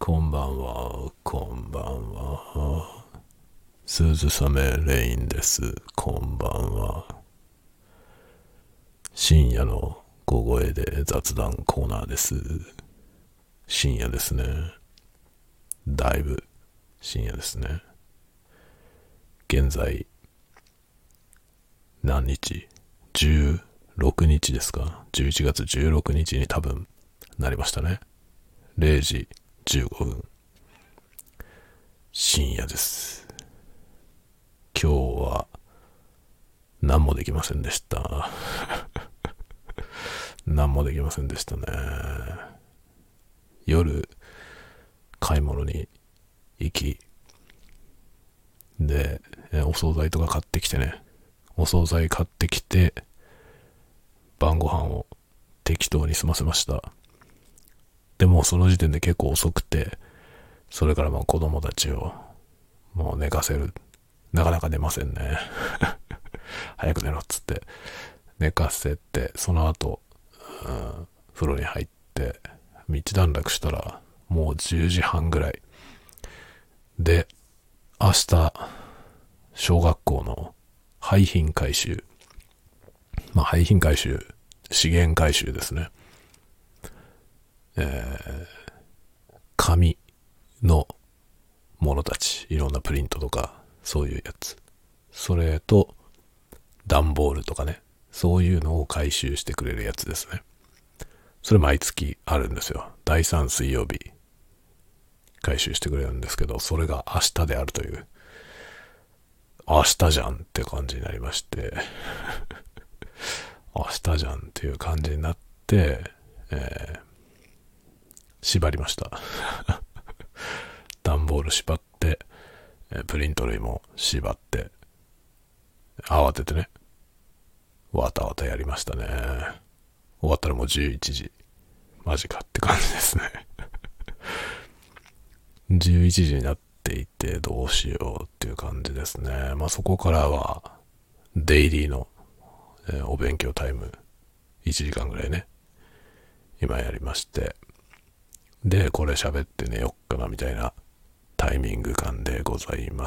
こんばんは、こんばんは。鈴雨レインです。こんばんは。深夜の小声で雑談コーナーです。深夜ですね。だいぶ深夜ですね。現在、何日 ?16 日ですか ?11 月16日に多分なりましたね。0時15分。深夜です。今日は何もできませんでした。何もできませんでしたね。夜、買い物に行き、で、お惣菜とか買ってきてね。お惣菜買ってきて、晩ご飯を適当に済ませました。でもその時点で結構遅くて、それからまあ子供たちをもう寝かせる。なかなか寝ませんね。早く寝ろっつって。寝かせて、その後、風呂に入って、道段落したら、もう10時半ぐらい。で、明日、小学校の廃品回収。廃品回収、資源回収ですね。紙のものたち、いろんなプリントとか、そういうやつ。それと、段ボールとかね。そういうのを回収してくれるやつですね。それ毎月あるんですよ。第3水曜日、回収してくれるんですけど、それが明日であるという。明日じゃんって感じになりまして、明日じゃんっていう感じになって、縛りました。段ボール縛って、プリント類も縛って、慌ててね、わたわたやりましたね。終わったらもう11時。マジかって感じですね。11時になっていてどうしようっていう感じですね。そこからは、デイリーの、お勉強タイム、1時間ぐらいね、今やりまして。で、これ喋って寝よっかなみたいなタイミング感でございます。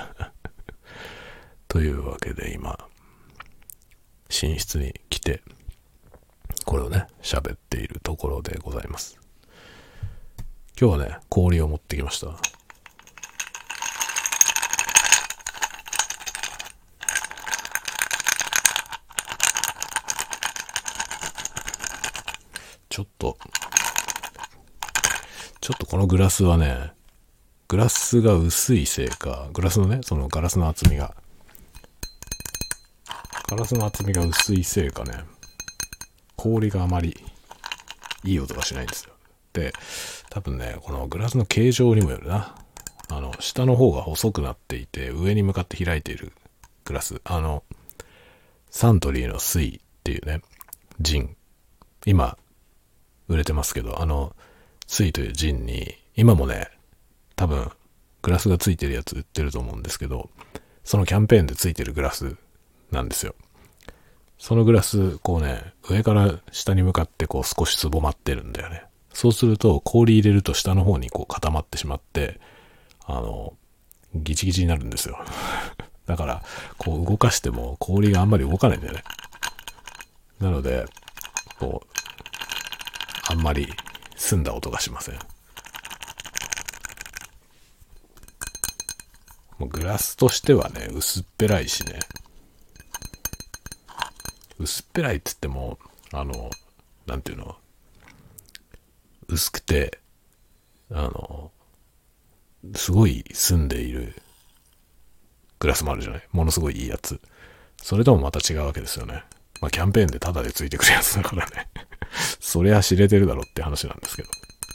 というわけで今、寝室に来て、これをね、喋っているところでございます。今日はね、氷を持ってきました。ちょっとこのグラスはね、グラスが薄いせいか、グラスのね、そのガラスの厚みが薄いせいかね、氷があまりいい音がしないんですよ。で、多分ね、このグラスの形状にもよるな。下の方が細くなっていて、上に向かって開いているグラス。サントリーの水っていうね、ジン。今、売れてますけど、水というジンに、今もね、多分、グラスがついてるやつ売ってると思うんですけど、そのキャンペーンでついてるグラスなんですよ。そのグラス、こうね、上から下に向かってこう少しすぼまってるんだよね。そうすると、氷入れると下の方にこう固まってしまって、ギチギチになるんですよ。だから、こう動かしても氷があんまり動かないんだよね。なので、こう、あんまり澄んだ音がしません。もうグラスとしてはね、薄っぺらいしね。薄っぺらいって言っても、なんていうの、薄くて、すごい澄んでいるグラスもあるじゃない。ものすごいいいやつ。それともまた違うわけですよね。キャンペーンでタダでついてくるやつだからね。そりゃ知れてるだろって話なんですけど。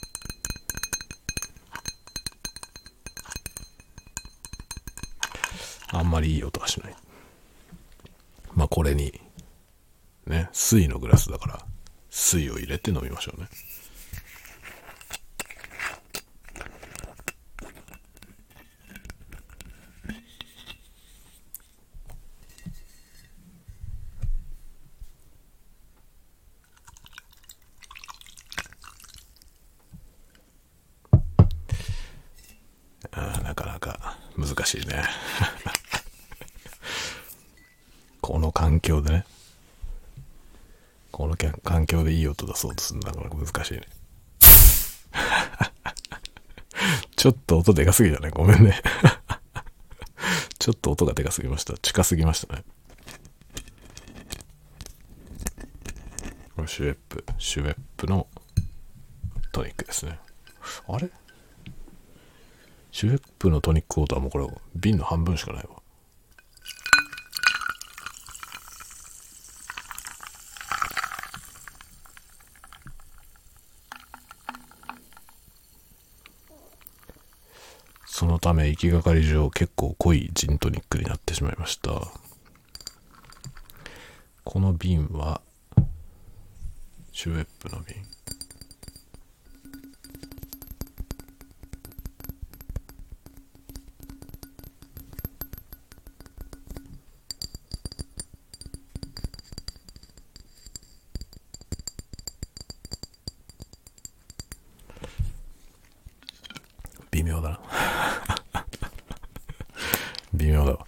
あんまりいい音はしない。これに、ね、水のグラスだから、水を入れて飲みましょうね。 難しいね。この環境でね。この環境でいい音出そうとするのなかなか難しいね。ちょっと音でかすぎたね。ごめんね。ちょっと音がでかすぎました。近すぎましたね。これシュエップのトニックですね。あれシュエップのトニックウォーターもこれ瓶の半分しかないわ。そのため行きがかり上結構濃いジントニックになってしまいました。この瓶はシュエップの瓶。微妙だな。微妙だわ。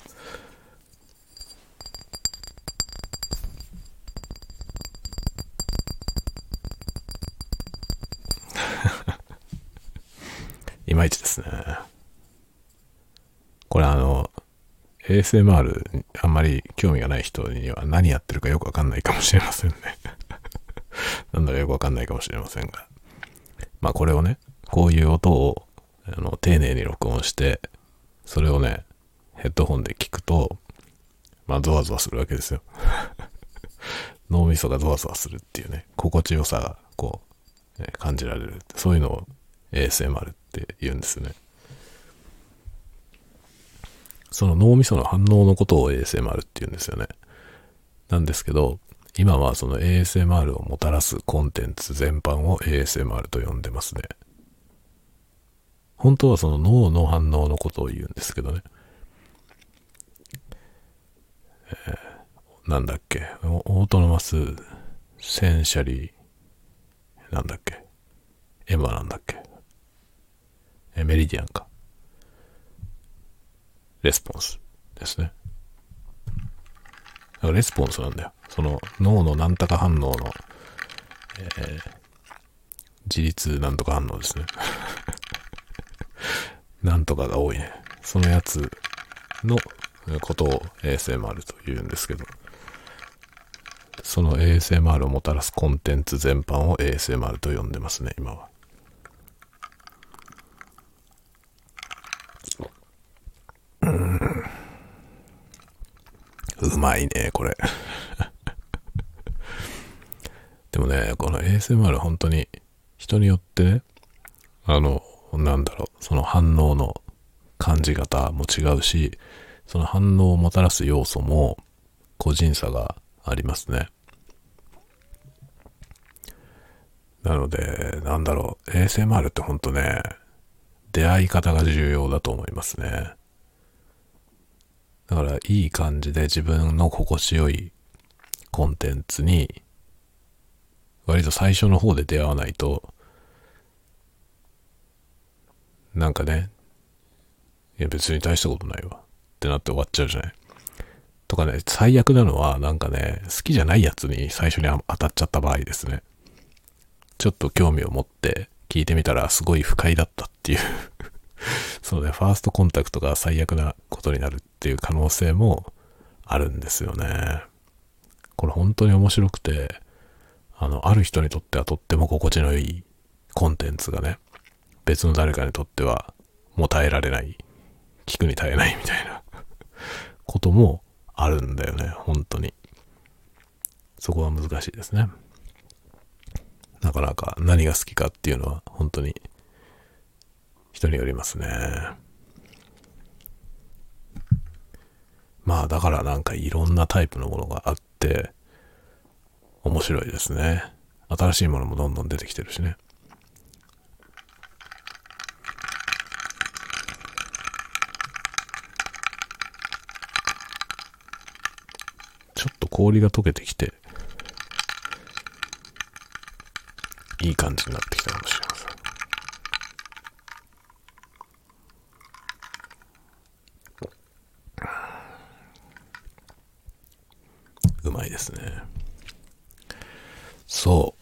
いまいちですね。これASMR あんまり興味がない人には何やってるかよくわかんないかもしれませんね。なんだかよくわかんないかもしれませんが。まあこれをね、こういう音を丁寧に録音して、それをね、ヘッドホンで聞くと、まあゾワゾワするわけですよ。脳みそがゾワゾワするっていうね、心地よさがこう、感じられる。そういうのを ASMR って言うんですよね。その脳みその反応のことを ASMR って言うんですよね。なんですけど、今はその ASMR をもたらすコンテンツ全般を ASMR と呼んでますね。本当はその脳の反応のことを言うんですけどね。なんだっけ、オートノマスセンシャリー、なんだっけ、エマなんだっけ、メリディアンか。レスポンスですね。だからレスポンスなんだよ。その脳のなんとか反応の、自律なんとか反応ですね。なんとかが多いね。そのやつのことを ASMR と言うんですけど、その ASMR をもたらすコンテンツ全般を ASMR と呼んでますね、今は。うまいね、これ。でもね、この ASMR 本当に人によってね、なんだろう、その反応の感じ方も違うし、その反応をもたらす要素も個人差がありますね。なので、なんだろう、ASMR って本当ね、出会い方が重要だと思いますね。だからいい感じで自分の心地よいコンテンツに割と最初の方で出会わないと、なんかね、いや別に大したことないわってなって終わっちゃうじゃない。とかね、最悪なのはなんかね、好きじゃないやつに最初に当たっちゃった場合ですね。ちょっと興味を持って聞いてみたらすごい不快だったっていうそうね、ファーストコンタクトが最悪なことになるっていう可能性もあるんですよね。これ本当に面白くて、ある人にとってはとっても心地のいいコンテンツがね、別の誰かにとってはもう耐えられない、聞くに耐えないみたいなこともあるんだよね、本当に。そこは難しいですね。なかなか何が好きかっていうのは本当に人によりますね。まあだからなんかいろんなタイプのものがあって面白いですね。新しいものもどんどん出てきてるしね。ちょっと氷が溶けてきていい感じになってきたかもしれません。。 まいですね。そう。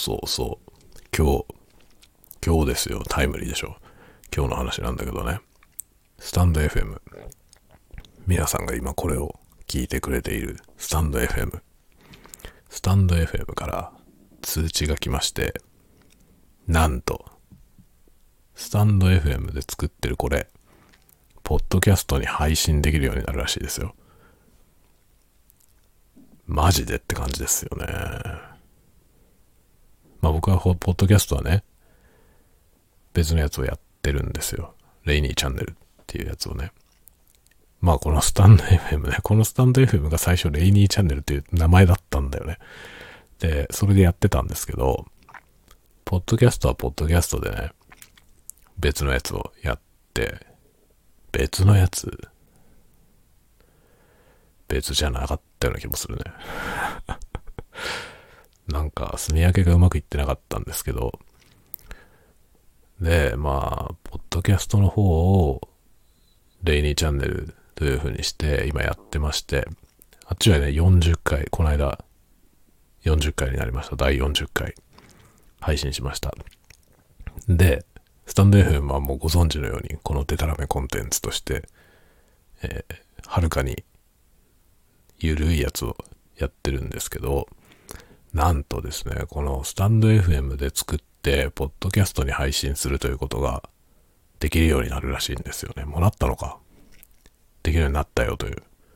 今日ですよ。タイムリーでしょ。今日の話なんだけどね。スタンド FM。皆さんが今これを聞いてくれているスタンド FM。スタンド FM から通知が来まして、なんと、スタンド FM で作ってるこれ、ポッドキャストに配信できるようになるらしいですよ。マジでって感じですよね。まあ僕はポッドキャストはね、別のやつをやってるんですよ。レイニーチャンネルっていうやつをね。まあこのスタンド FM ね、このスタンド FM が最初レイニーチャンネルっていう名前だったんだよね。で、それでやってたんですけど、ポッドキャストはポッドキャストでね、別のやつをやって、別じゃなかったような気もするね。なんか、住み分けがうまくいってなかったんですけど、で、まあ、ポッドキャストの方を、レイニーチャンネルという風にして、今やってまして、あっちはね、40回、この間、40回になりました。第40回、配信しました。で、スタンド FM はもうご存知のように、このデタラメコンテンツとして、はるかに、ゆるいやつをやってるんですけど、なんとですね、このスタンド FM で作って、ポッドキャストに配信するということができるようになるらしいんですよね。もうなったのか。できるようになったよという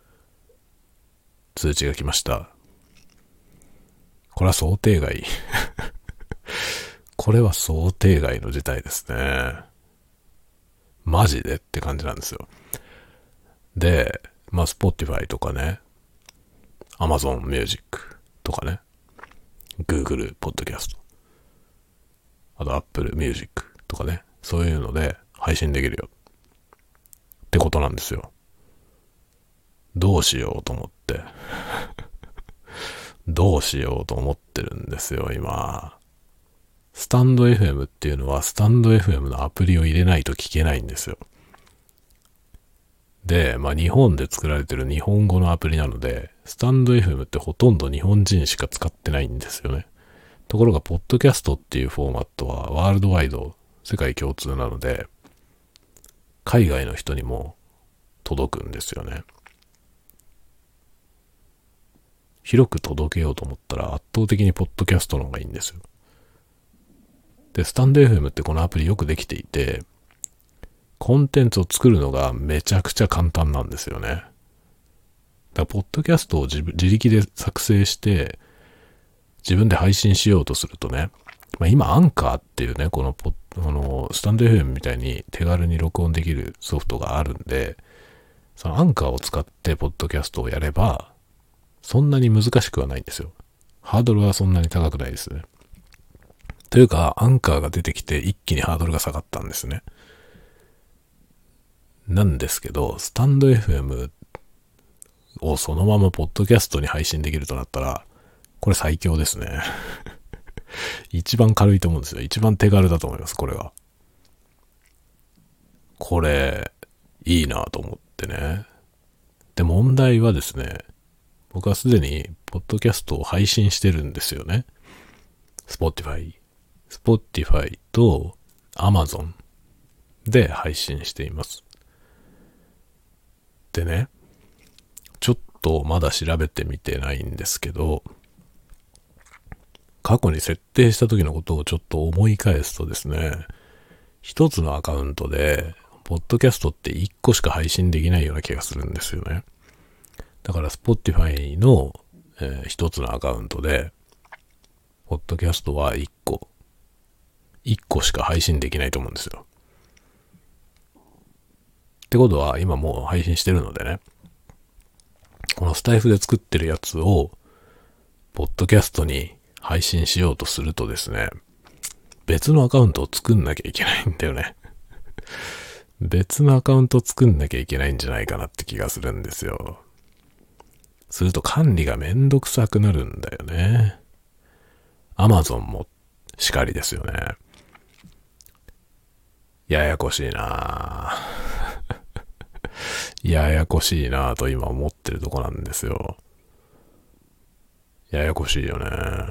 通知が来ました。これは想定外。これは想定外の事態ですね。マジでって感じなんですよ。で、まあ、Spotify とかね、Amazon Music とかね、Google Podcast、あと Apple Music とかね、そういうので配信できるよってことなんですよ。どうしようと思って。どうしようと思ってるんですよ、今。スタンド FM っていうのは、スタンド FM のアプリを入れないと聞けないんですよ。で、まあ日本で作られてる日本語のアプリなので、スタンド FM ってほとんど日本人しか使ってないんですよね。ところが、ポッドキャストっていうフォーマットはワールドワイド、世界共通なので、海外の人にも届くんですよね。広く届けようと思ったら圧倒的にポッドキャストの方がいいんですよ。で、スタンド FM ってこのアプリよくできていて、コンテンツを作るのがめちゃくちゃ簡単なんですよね。だからポッドキャストを自力で作成して自分で配信しようとするとね、まあ、今アンカーっていうね、このスタンド FM みたいに手軽に録音できるソフトがあるんで、そのアンカーを使ってポッドキャストをやればそんなに難しくはないんですよ。ハードルはそんなに高くないですね。というか、アンカーが出てきて一気にハードルが下がったんですね。なんですけど、スタンド FM をそのままポッドキャストに配信できるとなったら、これ最強ですね。一番軽いと思うんですよ。一番手軽だと思います、これは。これ、いいなと思ってね。で、問題はですね、僕はすでにポッドキャストを配信してるんですよね。Spotify と Amazon で配信しています。でね、ちょっとまだ調べてみてないんですけど、過去に設定した時のことをちょっと思い返すとですね、一つのアカウントで、ポッドキャストって一個しか配信できないような気がするんですよね。だから Spotify の、一つのアカウントで、ポッドキャストは一個しか配信できないと思うんですよ。ってことは今もう配信してるのでね、このスタイフで作ってるやつを、ポッドキャストに配信しようとするとですね、別のアカウントを作んなきゃいけないんだよね。別のアカウントを作んなきゃいけないんじゃないかなって気がするんですよ。すると管理がめんどくさくなるんだよね。Amazon もしかりですよね。ややこしいなぁ。ややこしいなぁと今思ってるとこなんですよ。 ややこしいよね。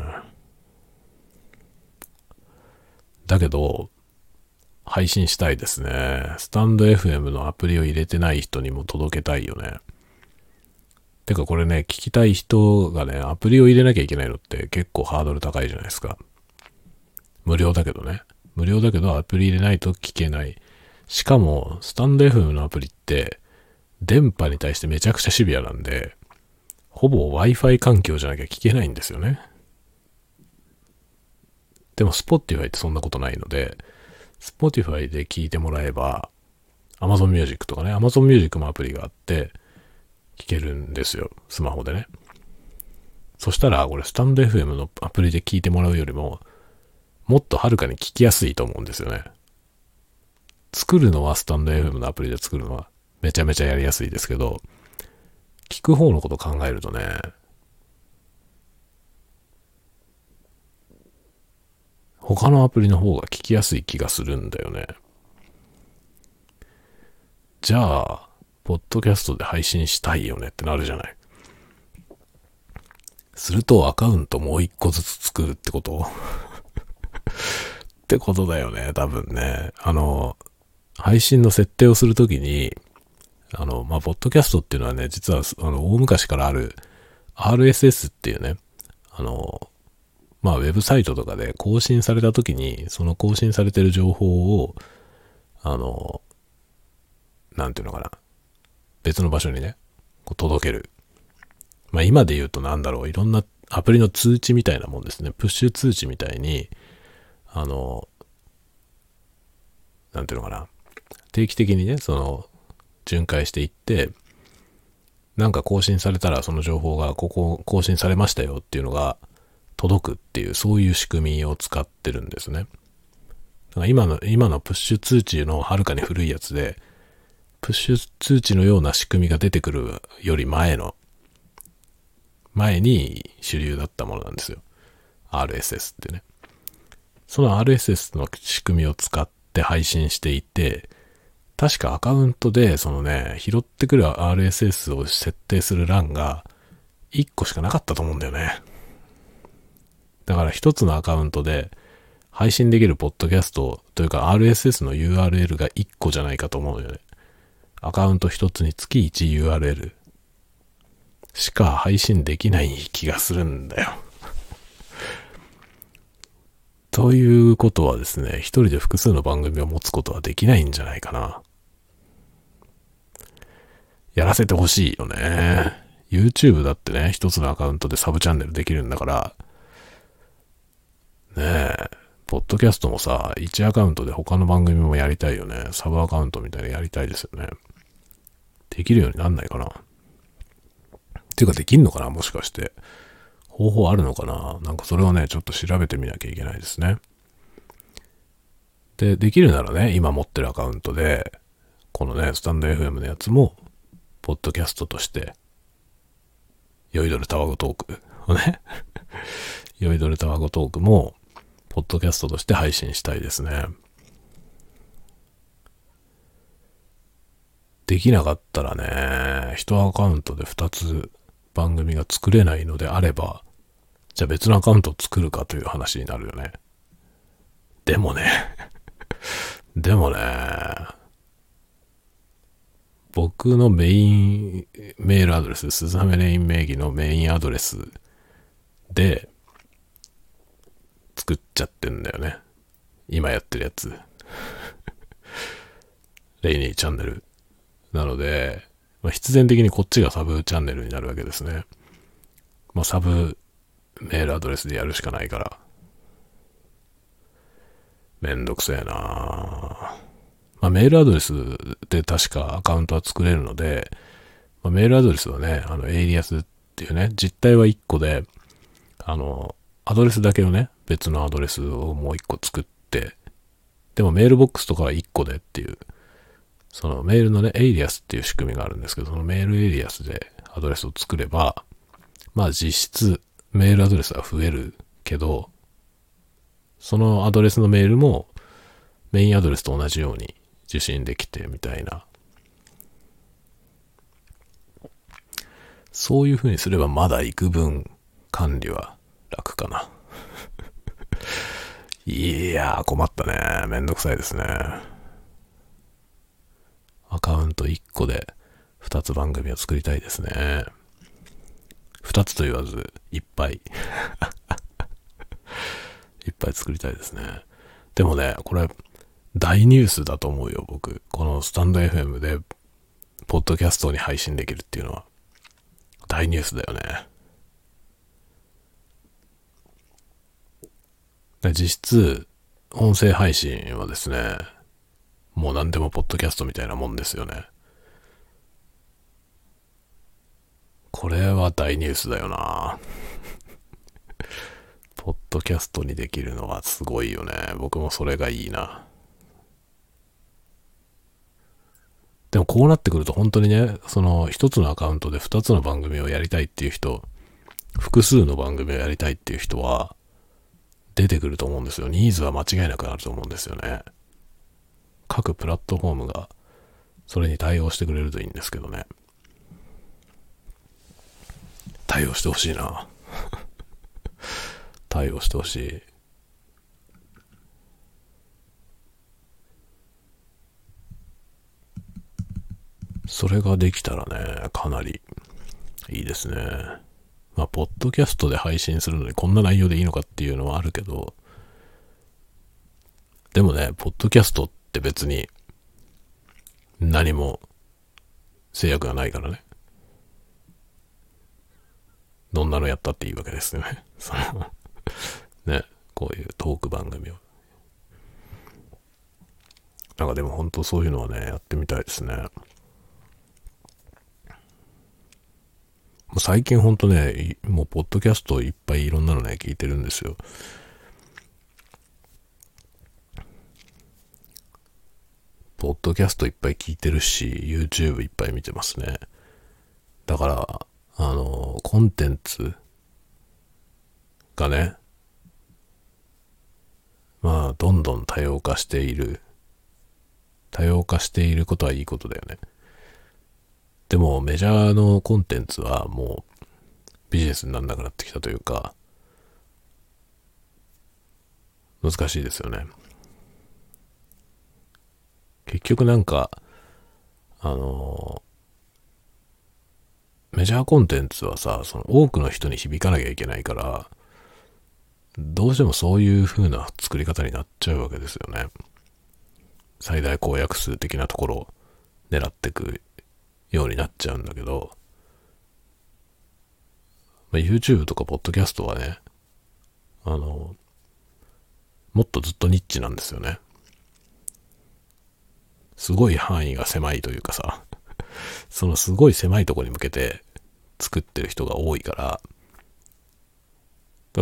だけど、配信したいですね。スタンド FM のアプリを入れてない人にも届けたいよね。てかこれね、聞きたい人がね、アプリを入れなきゃいけないのって結構ハードル高いじゃないですか。無料だけどね。無料だけどアプリ入れないと聞けない。しかも、スタンド FM のアプリって、電波に対してめちゃくちゃシビアなんで、ほぼ Wi-Fi 環境じゃなきゃ聞けないんですよね。でも Spotify ってそんなことないので、Spotify で聞いてもらえば、Amazon Music とかね、Amazon Music もアプリがあって、聞けるんですよ。スマホでね。そしたら、これスタンド FM のアプリで聞いてもらうよりも、もっとはるかに聞きやすいと思うんですよね。作るのはスタンド FM のアプリで作るのはめちゃめちゃやりやすいですけど、聞く方のこと考えるとね、他のアプリの方が聞きやすい気がするんだよね。じゃあ、ポッドキャストで配信したいよねってなるじゃない。するとアカウントもう一個ずつ作るってことってことだよね、多分ね。配信の設定をするときに、ポッドキャストっていうのはね、実は、大昔からある RSS っていうね、ウェブサイトとかで更新されたときに、その更新されてる情報を、なんていうのかな、別の場所にね、こう届ける。今で言うとなんだろう、いろんなアプリの通知みたいなもんですね。プッシュ通知みたいに、なんていうのかな、定期的にね、巡回していって、なんか更新されたらその情報がここ更新されましたよっていうのが届くっていう、そういう仕組みを使ってるんですね。だから今のプッシュ通知のはるかに古いやつで、プッシュ通知のような仕組みが出てくるより前に主流だったものなんですよ。RSS ってね。その RSS の仕組みを使って配信していて、確かアカウントで拾ってくる RSS を設定する欄が1個しかなかったと思うんだよね。だから一つのアカウントで配信できるポッドキャストというか RSS の URL が1個じゃないかと思うよね。アカウント一つにつき 1URL しか配信できない気がするんだよ。ということはですね、一人で複数の番組を持つことはできないんじゃないかな。やらせてほしいよね。YouTube だってね、一つのアカウントでサブチャンネルできるんだから、ねえ、ポッドキャストもさ、1アカウントで他の番組もやりたいよね。サブアカウントみたいなのやりたいですよね。できるようになんないかな。ていうかできんのかな、もしかして。方法あるのかな。なんかそれをね、ちょっと調べてみなきゃいけないですね。で、できるならね、今持ってるアカウントで、このね、スタンド FM のやつも、ポッドキャストとして、酔いどれタワゴトークをね、酔いどれタワゴトークも、ポッドキャストとして配信したいですね。できなかったらね、一アカウントで2つ番組が作れないのであれば、じゃあ別のアカウントを作るかという話になるよね。でもね、僕のメインメールアドレス、スザメレイン名義のメインアドレスで作っちゃってんだよね。今やってるやつ。レイニーチャンネル。なので、必然的にこっちがサブチャンネルになるわけですね。サブメールアドレスでやるしかないから。めんどくせえなメールアドレスで確かアカウントは作れるので、メールアドレスはね、エイリアスっていうね、実態は1個で、アドレスだけをね、別のアドレスをもう1個作って、でもメールボックスとかは1個でっていう、そのメールのね、エイリアスっていう仕組みがあるんですけど、そのメールエイリアスでアドレスを作れば、実質メールアドレスは増えるけど、そのアドレスのメールもメインアドレスと同じように受信できてみたいな。そういう風にすればまだ幾分管理は楽かな。いやー、困ったね。めんどくさいですね。アカウント1個で2つ番組を作りたいですね。2つと言わず、いっぱい。いっぱい作りたいですね。でもね、これ、大ニュースだと思うよ、僕。このスタンド FM で、ポッドキャストに配信できるっていうのは、大ニュースだよね。実質、音声配信はですね、もう何でもポッドキャストみたいなもんですよね。これは大ニュースだよな。ポッドキャストにできるのはすごいよね。僕もそれがいいな。でもこうなってくると本当にね、その一つのアカウントで二つの番組をやりたいっていう人、複数の番組をやりたいっていう人は出てくると思うんですよ。ニーズは間違いなくなると思うんですよね。各プラットフォームがそれに対応してくれるといいんですけどね。対応してほしいな。対応してほしい。それができたらね、かなりいいですね。まあ、ポッドキャストで配信するのにこんな内容でいいのかっていうのはあるけど、でもね、ポッドキャストって別に何も制約がないからね。どんなのやったっていいわけですよね。そのね、こういうトーク番組を。なんかでも本当そういうのはね、やってみたいですね。最近ほんとね、もうポッドキャストいっぱいいろんなのね、聞いてるんですよ。ポッドキャストいっぱい聞いてるし、YouTube いっぱい見てますね。だから、コンテンツがね、まあ、どんどん多様化している。多様化していることはいいことだよね。でも、メジャーのコンテンツはもうビジネスにならなくなってきたというか、難しいですよね。結局なんか、メジャーコンテンツはさ、その多くの人に響かなきゃいけないから、どうしてもそういう風な作り方になっちゃうわけですよね。最大公約数的なところを狙っていくようになっちゃうんだけど、YouTube とか Podcast はね、もっとずっとニッチなんですよね。すごい範囲が狭いというかさ、そのすごい狭いところに向けて作ってる人が多いから、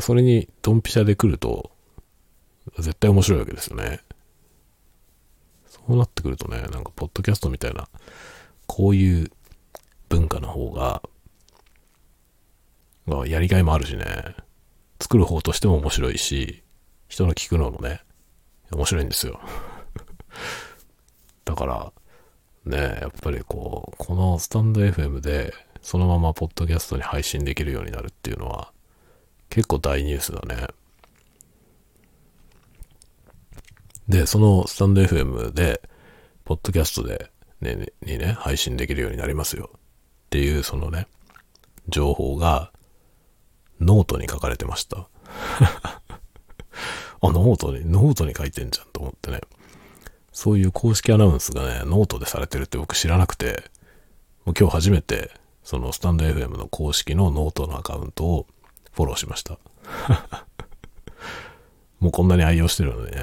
それにドンピシャで来ると絶対面白いわけですよね。そうなってくるとね、なんかポッドキャストみたいなこういう文化の方がやりがいもあるしね、作る方としても面白いし、人の聞くのもね面白いんですよ。だからね、やっぱりこのスタンド FM でそのままポッドキャストに配信できるようになるっていうのは結構大ニュースだね。で、そのスタンド FM でポッドキャストでにね配信できるようになりますよっていうそのね情報がノートに書かれてました。ノートに書いてんじゃんと思ってね。そういう公式アナウンスがね、ノートでされてるって僕知らなくて、もう今日初めて、そのスタンド FM の公式のノートのアカウントをフォローしました。もうこんなに愛用してるのでね。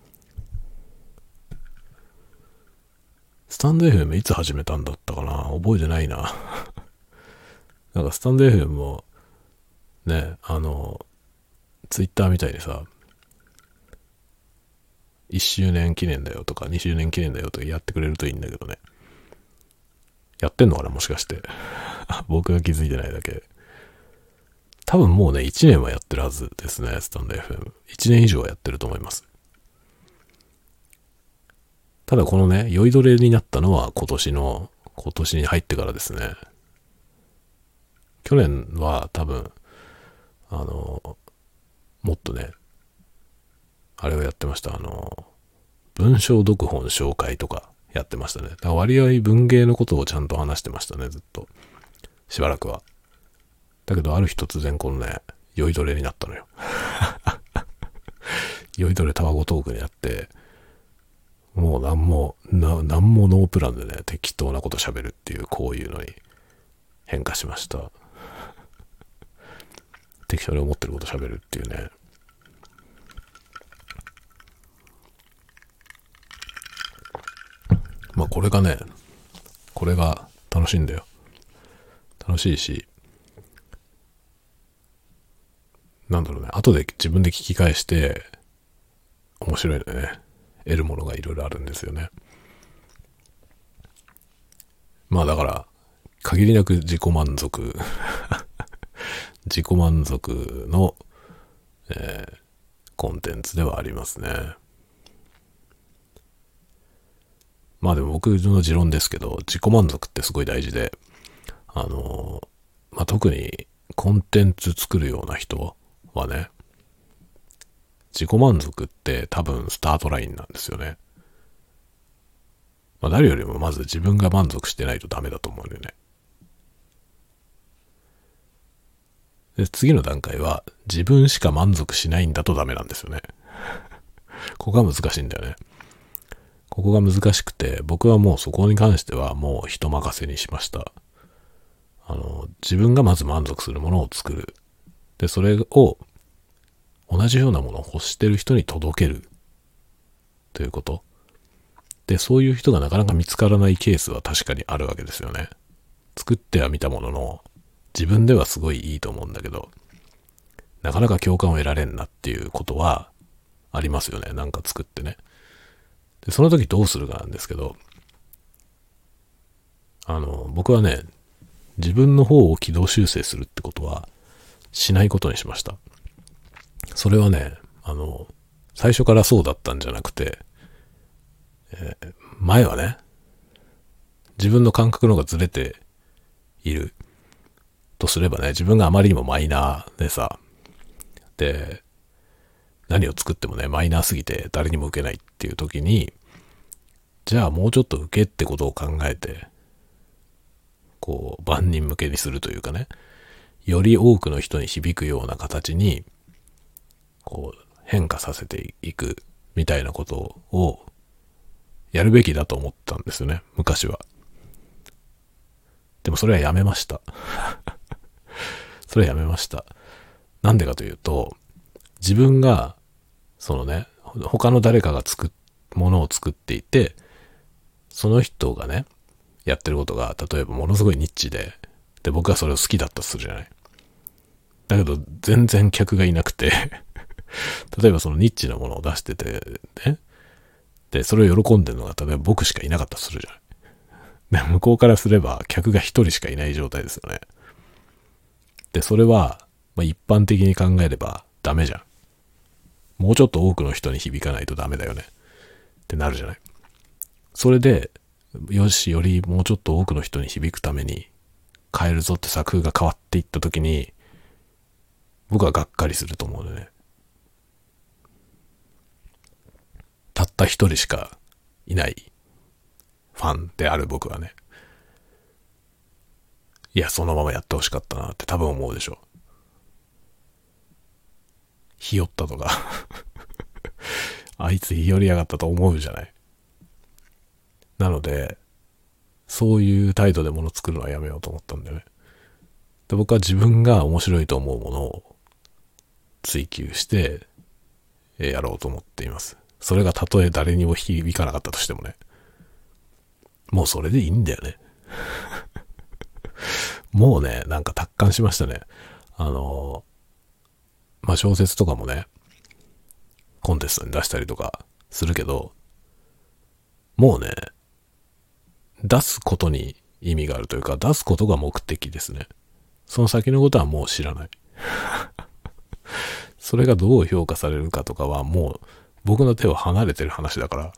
スタンド FM いつ始めたんだったかな、覚えてないな。なんかスタンド FM も、ね、ツイッターみたいにさ、1周年記念だよとか2周年記念だよとかやってくれるといいんだけどね。やってんのかなもしかして。僕が気づいてないだけ。多分もうね、1年はやってるはずですね、スタンド FM。1年以上はやってると思います。ただこのね、酔いどれになったのは今年に入ってからですね。去年は多分、 もっとね、あれをやってました。文章読本紹介とかやってましたね。だから割合文芸のことをちゃんと話してましたね、ずっと。しばらくは。だけどある日突然このね、酔いどれになったのよ。酔いどれタワゴトークになって、もうなんもノープランでね、適当なこと喋るっていう、こういうのに変化しました。適当に思ってること喋るっていうね。まあこれが楽しいんだよ。楽しいし、なんだろうね、後で自分で聞き返して面白いのね。得るものがいろいろあるんですよね。まあだから限りなく自己満足自己満足の、コンテンツではありますね。まあでも僕の持論ですけど、自己満足ってすごい大事で、まあ特にコンテンツ作るような人はね、自己満足って多分スタートラインなんですよね。まあ誰よりもまず自分が満足してないとダメだと思うんだよね。で、次の段階は自分しか満足しないんだとダメなんですよね。ここが難しいんだよね。ここが難しくて、僕はもうそこに関してはもう人任せにしました。自分がまず満足するものを作る。で、それを同じようなものを欲してる人に届ける。ということ。で、そういう人がなかなか見つからないケースは確かにあるわけですよね。作ってはみたものの、自分ではすごいいいと思うんだけど、なかなか共感を得られんなっていうことはありますよね。なんか作ってね。で、その時どうするかなんですけど、僕はね、自分の方を軌道修正するってことはしないことにしました。それはね、最初からそうだったんじゃなくて、前はね、自分の感覚の方がずれているとすればね、自分があまりにもマイナーでさ、で、何を作ってもね、マイナーすぎて誰にも受けないっていう時に、じゃあもうちょっと受けってことを考えて、こう、万人向けにするというかね、より多くの人に響くような形に、こう、変化させていくみたいなことをやるべきだと思ったんですよね、昔は。でもそれはやめました。それはやめました。なんでかというと、自分が、そのね、他の誰かがものを作っていて、その人がね、やってることが、例えばものすごいニッチで、で、僕がそれを好きだったとするじゃない。だけど、全然客がいなくて例えばそのニッチなものを出してて、ね。で、それを喜んでるのが、例えば僕しかいなかったとするじゃない。で、向こうからすれば、客が一人しかいない状態ですよね。で、それは、まあ、一般的に考えればダメじゃん。もうちょっと多くの人に響かないとダメだよね。ってなるじゃない。それで、よし、よりもうちょっと多くの人に響くために変えるぞって作風が変わっていった時に、僕はがっかりすると思うのね。たった一人しかいないファンである僕はね。いや、そのままやってほしかったなって多分思うでしょ。ひよったとかあいつひよりやがったと思うじゃない。なので、そういう態度で物作るのはやめようと思ったんだよね。で、僕は自分が面白いと思うものを追求してやろうと思っています。それがたとえ誰にも響かなかったとしてもね。もうそれでいいんだよね。もうね、なんか達観しましたね。まあ、小説とかもね、コンテストに出したりとかするけど、もうね、出すことに意味があるというか、出すことが目的ですね。その先のことはもう知らない。それがどう評価されるかとかはもう僕の手を離れてる話だから、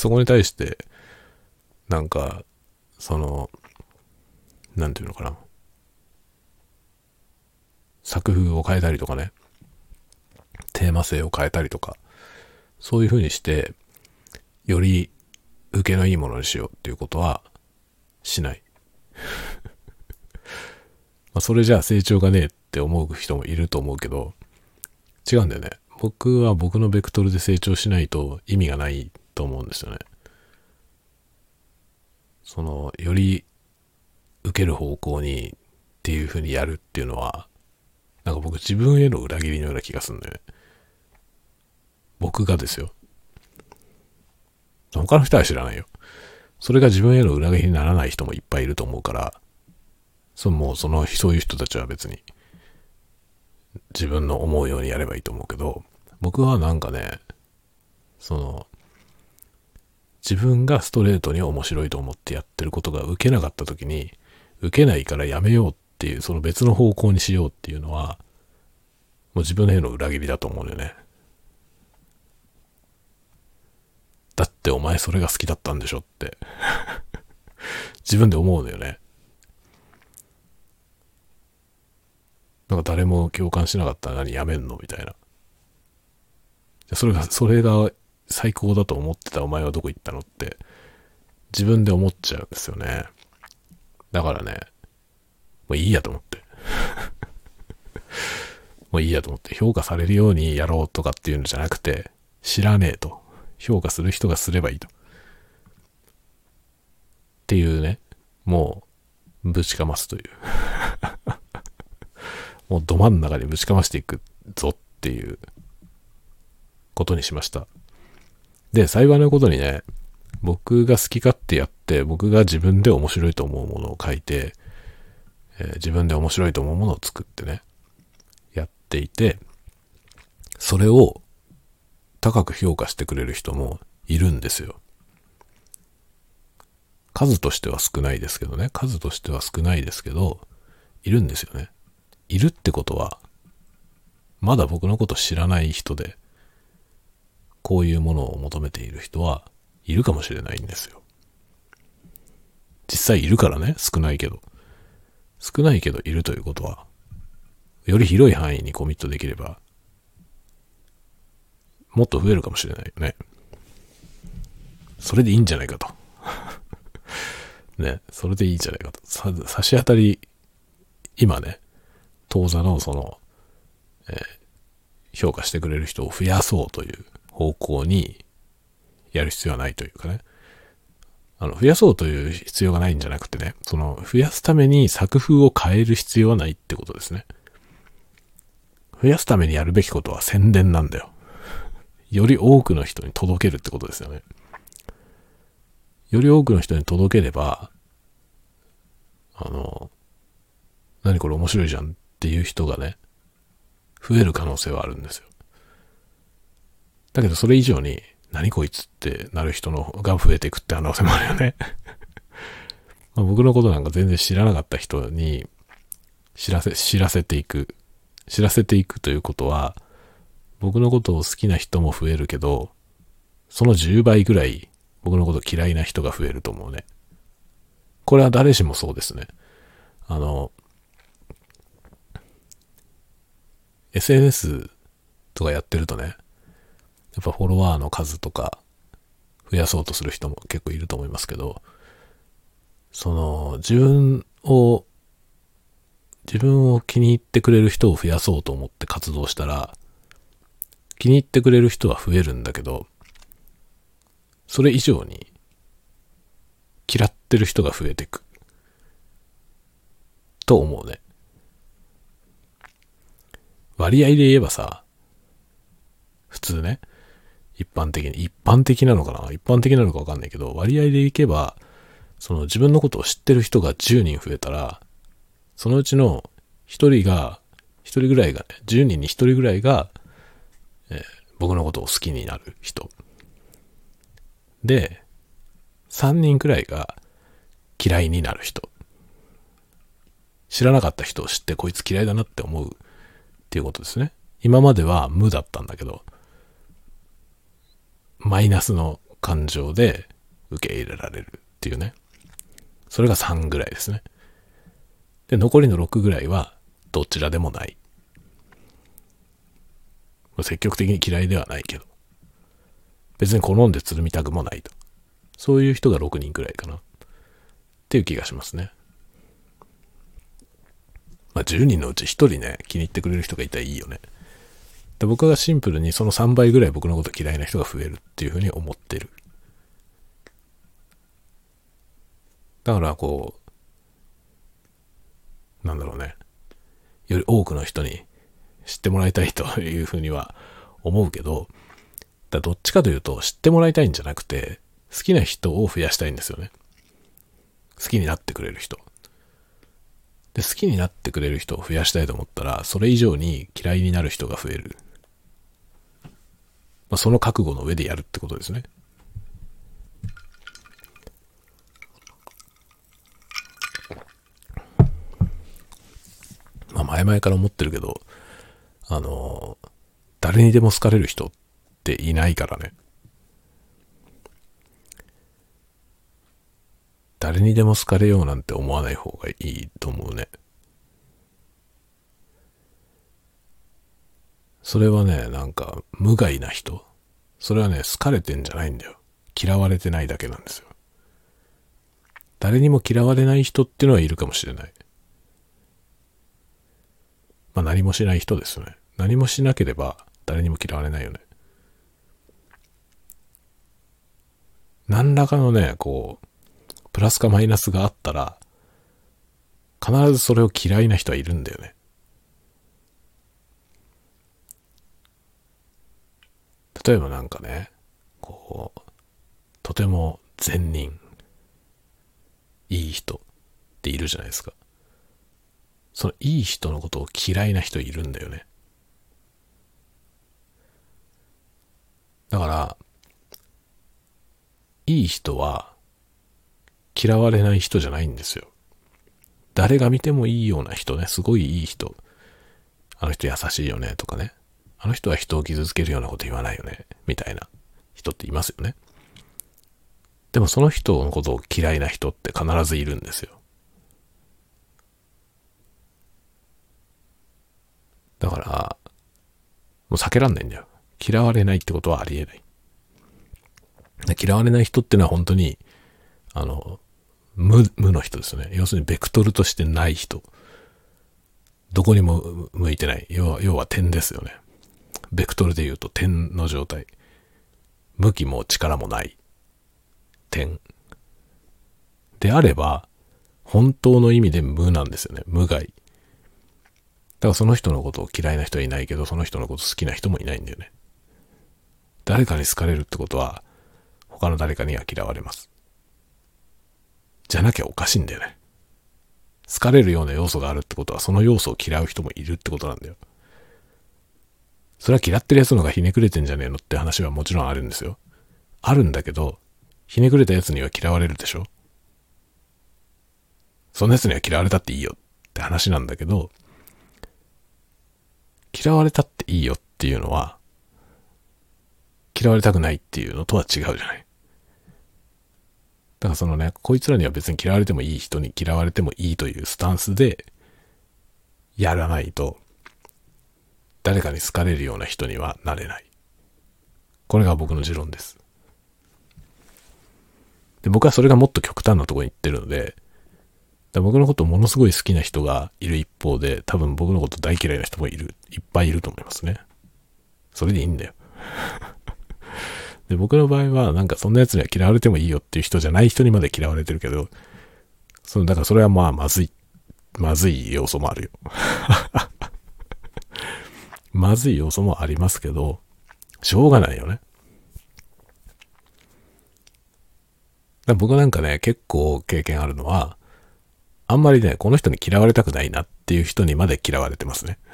そこに対して、なんか、なんていうのかな。 作風を変えたりとかね、テーマ性を変えたりとか、そういう風にして、より受けのいいものにしようっていうことはしない。まあそれじゃあ成長がねえって思う人もいると思うけど、違うんだよね。僕は僕のベクトルで成長しないと意味がないと思うんですよね。より受ける方向にっていう風にやるっていうのは、なんか僕自分への裏切りのような気がするんだよね。僕がですよ。他の人は知らないよ。それが自分への裏切りにならない人もいっぱいいると思うから、そういう人たちは別に自分の思うようにやればいいと思うけど、僕はなんかね、自分がストレートに面白いと思ってやってることが受けなかった時に、受けないからやめようっていう、その別の方向にしようっていうのは、もう自分への裏切りだと思うんだよね。だってお前それが好きだったんでしょって自分で思うのよね。なんか誰も共感しなかったら何やめんのみたいな。それが最高だと思ってたお前はどこ行ったのって自分で思っちゃうんですよね。だからね、もういいやと思ってもういいやと思って評価されるようにやろうとかっていうのじゃなくて、知らねえと。評価する人がすればいいと。っていうね、もうぶちかますというもうど真ん中にぶちかましていくぞっていうことにしました。で、幸いなことにね、僕が好き勝手やって、僕が自分で面白いと思うものを書いて、自分で面白いと思うものを作ってね、やっていて、それを高く評価してくれる人もいるんですよ。数としては少ないですけど、いるんですよね。いるってことは、まだ僕のこと知らない人で、こういうものを求めている人はいるかもしれないんですよ。実際いるからね、少ないけどいるということは、より広い範囲にコミットできれば、もっと増えるかもしれないよね。それでいいんじゃないかと。ね、それでいいんじゃないかと。差し当たり、今ね、当座の評価してくれる人を増やそうという方向にやる必要はないというかね。増やそうという必要がないんじゃなくてね、増やすために作風を変える必要はないってことですね。増やすためにやるべきことは宣伝なんだよ。より多くの人に届けるってことですよね。より多くの人に届ければ、何これ面白いじゃんっていう人がね、増える可能性はあるんですよ。だけどそれ以上に、何こいつってなる人のが増えていくって可能性もあるよね。まあ僕のことなんか全然知らなかった人に知らせていくということは、僕のことを好きな人も増えるけど、その10倍ぐらい僕のこと嫌いな人が増えると思うね。これは誰しもそうですね。SNS とかやってるとね、やっぱフォロワーの数とか増やそうとする人も結構いると思いますけど、自分を気に入ってくれる人を増やそうと思って活動したら、気に入ってくれる人は増えるんだけど、それ以上に嫌ってる人が増えていくと思うね。割合で言えばさ、普通ね、一般的なのかわかんないけど、割合でいけば、自分のことを知ってる人が10人増えたら、そのうちの1人ぐらいがね、10人に1人ぐらいが、僕のことを好きになる人。で、3人くらいが嫌いになる人。知らなかった人を知ってこいつ嫌いだなって思うっていうことですね。今までは無だったんだけど、マイナスの感情で受け入れられるっていうね。それが3ぐらいですね。で、残りの6ぐらいはどちらでもない。 積極的に嫌いではないけど、別に好んでつるみたくもないと。そういう人が6人くらいかな。っていう気がしますね。まあ10人のうち1人ね、気に入ってくれる人がいたらいいよね。で、僕がシンプルにその3倍ぐらい僕のこと嫌いな人が増えるっていうふうに思ってる。だからこう、なんだろうね。より多くの人に知ってもらいたいというふうには思うけど、どっちかというと知ってもらいたいんじゃなくて、好きな人を増やしたいんですよね。好きになってくれる人。で、好きになってくれる人を増やしたいと思ったら、それ以上に嫌いになる人が増える。まあ、その覚悟の上でやるってことですね。まあ、前々から思ってるけど、誰にでも好かれる人っていないからね。誰にでも好かれようなんて思わない方がいいと思うね。それはね、なんか無害な人。それはね、好かれてんじゃないんだよ。嫌われてないだけなんですよ。誰にも嫌われない人っていうのはいるかもしれない。まあ何もしない人ですよね。何もしなければ誰にも嫌われないよね。何らかのね、こう、プラスかマイナスがあったら、必ずそれを嫌いな人はいるんだよね。例えばなんかね、こう、とても善人、いい人っているじゃないですか。そのいい人のことを嫌いな人いるんだよね。だから、いい人は嫌われない人じゃないんですよ。誰が見てもいいような人ね、すごいいい人。あの人優しいよねとかね。あの人は人を傷つけるようなこと言わないよね。みたいな人っていますよね。でもその人のことを嫌いな人って必ずいるんですよ。だから、もう避けらんないんだよ。嫌われないってことはありえない。嫌われない人ってのは本当に、無の人ですよね。要するにベクトルとしてない人。どこにも向いてない。要は点ですよね。ベクトルで言うと点の状態。向きも力もない点。であれば、本当の意味で無なんですよね。無害。だからその人のことを嫌いな人はいないけど、その人のこと好きな人もいないんだよね。誰かに好かれるってことは、他の誰かには嫌われます。じゃなきゃおかしいんだよね。好かれるような要素があるってことは、その要素を嫌う人もいるってことなんだよ。それは嫌ってる奴のがひねくれてんじゃねえのって話はもちろんあるんですよ。あるんだけど、ひねくれた奴には嫌われるでしょ。そんな奴には嫌われたっていいよって話なんだけど、嫌われたっていいよっていうのは、嫌われたくないっていうのとは違うじゃない。だからそのね、こいつらには別に嫌われてもいい人に嫌われてもいいというスタンスでやらないと、誰かに好かれるような人にはなれない。これが僕の持論です。で、僕はそれがもっと極端なところに行ってるので、僕のことをものすごい好きな人がいる一方で、多分僕のこと大嫌いな人もいっぱいいると思いますね。それでいいんだよ。で、僕の場合は、なんかそんな奴には嫌われてもいいよっていう人じゃない人にまで嫌われてるけど、だからそれはまあまずい要素もあるよ。まずい要素もありますけど、しょうがないよね。僕なんかね、結構経験あるのは、あんまりね、この人に嫌われたくないなっていう人にまで嫌われてますね。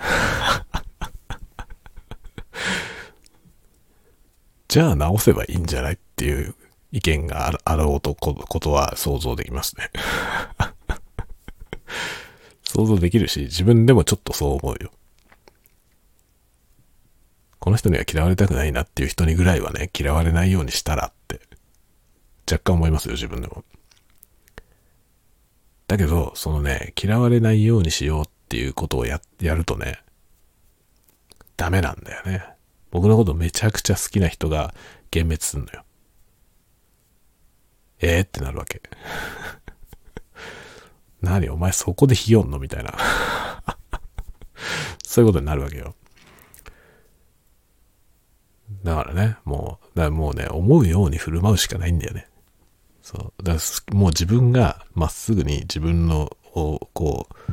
じゃあ直せばいいんじゃないっていう意見があろうとことは想像できますね。想像できるし、自分でもちょっとそう思うよ。この人には嫌われたくないなっていう人にぐらいはね、嫌われないようにしたらって若干思いますよ、自分でも。だけど、そのね、嫌われないようにしようっていうことをやるとね、ダメなんだよね。 僕のことめちゃくちゃ好きな人が幻滅すんのよ。ってなるわけ。何お前そこでひよんのみたいな。そういうことになるわけよ。だからね、もうね、思うように振る舞うしかないんだよね。そう。だからもう自分がまっすぐに自分のをこう、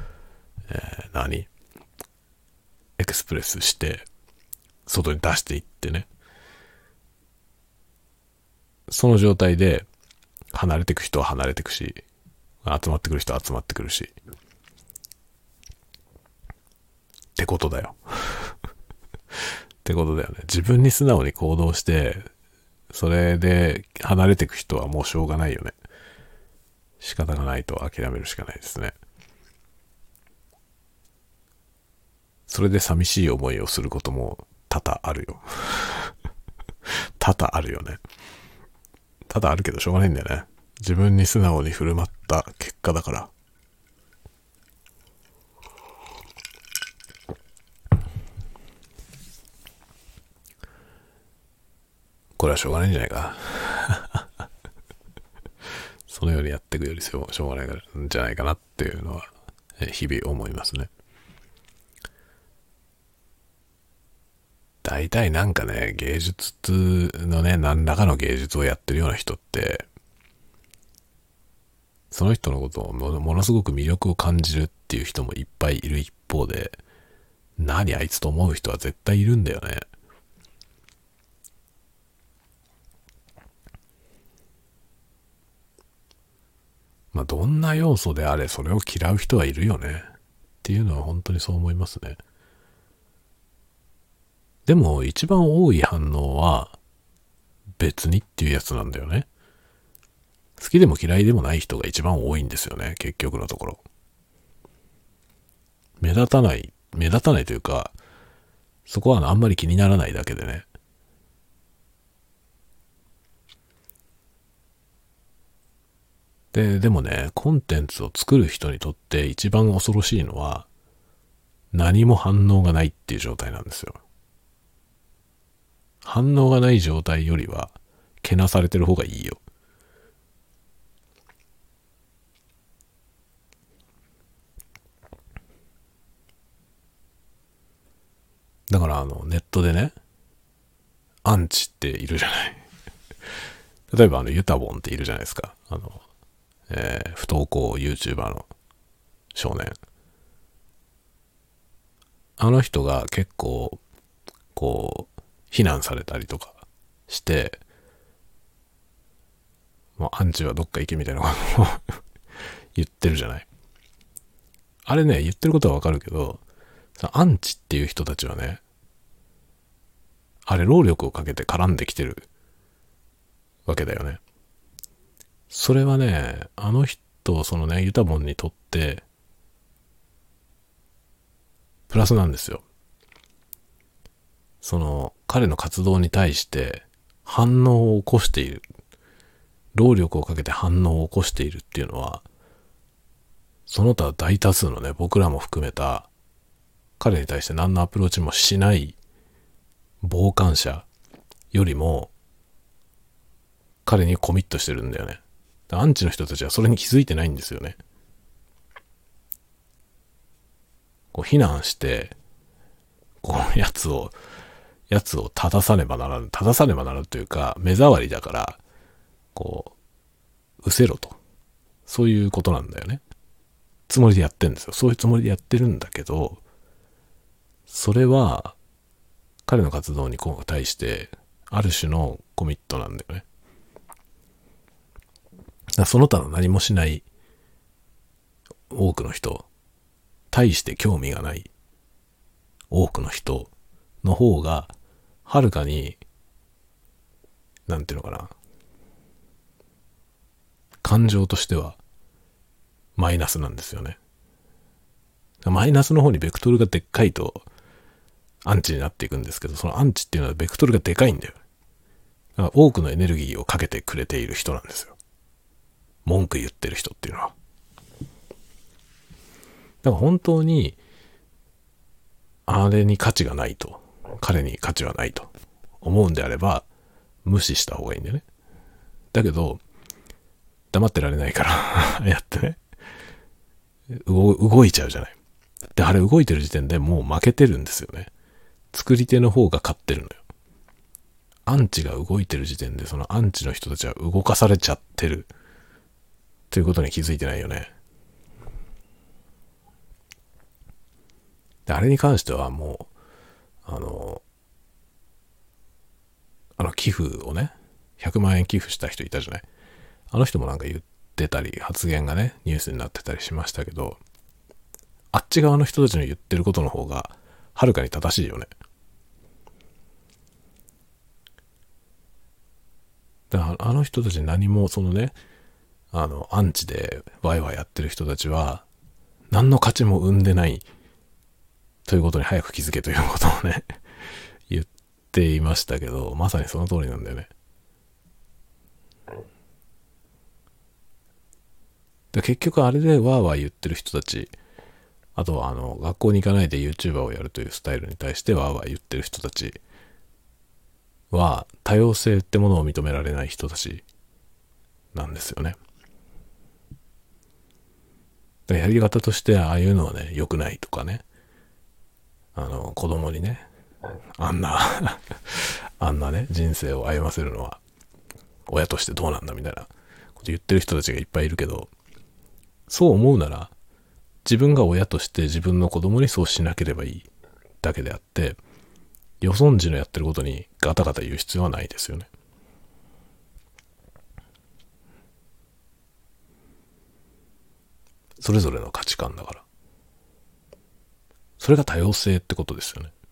エクスプレスして、外に出していってね。その状態で、離れてく人は離れてくし、集まってくる人は集まってくるし。ってことだよ。ってことだよね。自分に素直に行動して、それで離れてく人はもうしょうがないよね。仕方がないと諦めるしかないですね。それで寂しい思いをすることも多々あるよ。多々あるよね。多々あるけどしょうがないんだよね。自分に素直に振る舞った結果だから。これはしょうがないんじゃないか。そのようにやっていくよりしょうがないんじゃないかなっていうのは日々思いますね。大体なんかね、芸術のね、何らかの芸術をやってるような人って、その人のことをものすごく魅力を感じるっていう人もいっぱいいる一方で、何あいつと思う人は絶対いるんだよね。まあどんな要素であれそれを嫌う人はいるよね。っていうのは本当にそう思いますね。でも一番多い反応は別にっていうやつなんだよね。好きでも嫌いでもない人が一番多いんですよね、結局のところ。目立たないというか、そこはあんまり気にならないだけでね。でもね、コンテンツを作る人にとって一番恐ろしいのは、何も反応がないっていう状態なんですよ。反応がない状態よりは、けなされてる方がいいよ。だからネットでね、アンチっているじゃない。例えばユタボンっているじゃないですか。不登校 YouTuber の少年。あの人が結構、こう、非難されたりとかして、もうアンチはどっか行けみたいなことを言ってるじゃない。あれね、言ってることはわかるけど、アンチっていう人たちはね、あれ労力をかけて絡んできてるわけだよね。それはね、あの人、そのね、ユタボンにとって、プラスなんですよ。その、彼の活動に対して反応を起こしている。労力をかけて反応を起こしているっていうのは、その他大多数のね、僕らも含めた、彼に対して何のアプローチもしない傍観者よりも、彼にコミットしてるんだよね。アンチの人たちはそれに気づいてないんですよね。こう非難して、こうやつを正さねばならぬというか、目障りだから、こう、失せろと。そういうことなんだよね。つもりでやってるんですよ。そういうつもりでやってるんだけど、それは、彼の活動に対して、ある種のコミットなんだよね。その他の何もしない多くの人、対して興味がない多くの人の方が、はるかに、なんていうのかな、感情としてはマイナスなんですよね。マイナスの方にベクトルがでっかいとアンチになっていくんですけど、そのアンチっていうのはベクトルがでかいんだよ。だから多くのエネルギーをかけてくれている人なんですよ。文句言ってる人っていうのは。だから本当にあれに価値がないと彼に価値はないと思うんであれば、無視した方がいいんだよね。だけど、黙ってられないからやってね、動いちゃうじゃない。で、あれ動いてる時点でもう負けてるんですよね。作り手の方が勝ってるのよ。アンチが動いてる時点で、そのアンチの人たちは動かされちゃってるということに気づいてないよね。で、あれに関してはもう寄付をね、100万円寄付した人いたじゃない。あの人もなんか言ってたり、発言がね、ニュースになってたりしましたけど、あっち側の人たちの言ってることの方がはるかに正しいよね。だからあの人たち何もそのね、アンチでワイワイやってる人たちは何の価値も生んでないということに早く気づけということをね言っていましたけど、まさにその通りなんだよね。で結局あれでワーワー言ってる人たち、あとは学校に行かないで YouTuber をやるというスタイルに対してワーワー言ってる人たちは多様性ってものを認められない人たちなんですよね。やり方としてああいうのはね良くないとかね、子供にねあんなあんなね人生を歩ませるのは親としてどうなんだみたいなこと言ってる人たちがいっぱいいるけど、そう思うなら自分が親として自分の子供にそうしなければいいだけであって、よそんじのやってることにガタガタ言う必要はないですよね。それぞれの価値観だから。それが多様性ってことですよね。だ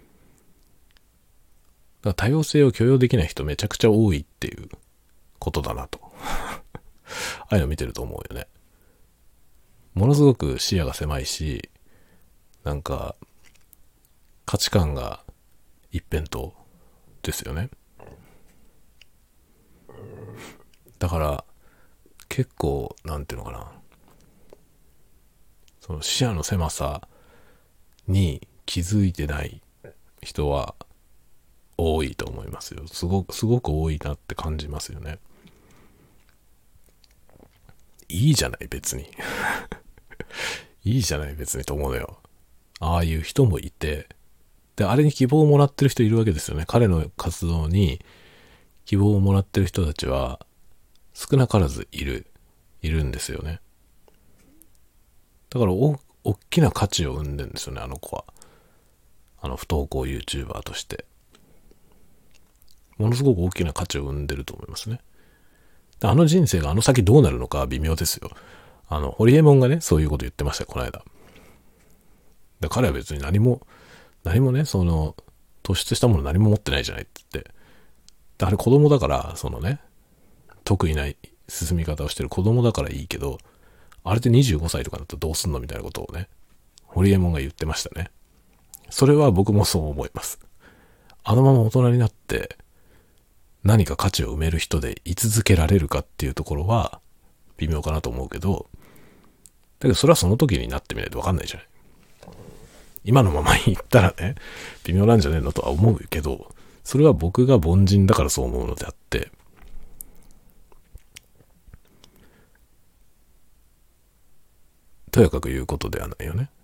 から多様性を許容できない人めちゃくちゃ多いっていうことだなとああいうの見てると思うよね。ものすごく視野が狭いし、なんか価値観が一辺倒ですよね。だから結構なんていうのかな、その視野の狭さに気づいてない人は多いと思いますよ。すごく多いなって感じますよね。いいじゃない別にいいじゃない別にと思うのよ。ああいう人もいて、であれに希望をもらってる人いるわけですよね。彼の活動に希望をもらってる人たちは少なからずいるんですよね。だから大きな価値を生んでるんですよね、あの子は。不登校 YouTuber としてものすごく大きな価値を生んでると思いますね。あの人生があの先どうなるのか微妙ですよ。ホリエモンがねそういうこと言ってましたよ、この間。で彼は別に何もね、その突出したもの何も持ってないじゃないって言って、あれ子供だから、そのね得意な進み方をしてる子供だからいいけど、あれで25歳とかだとどうすんのみたいなことをねホリエモンが言ってましたね。それは僕もそう思います。あのまま大人になって何か価値を埋める人で居続けられるかっていうところは微妙かなと思うけど、だけどそれはその時になってみないと分かんないじゃない。今のまま言ったらね微妙なんじゃねえのとは思うけど、それは僕が凡人だからそう思うのであって、とやかく言うことではないよね。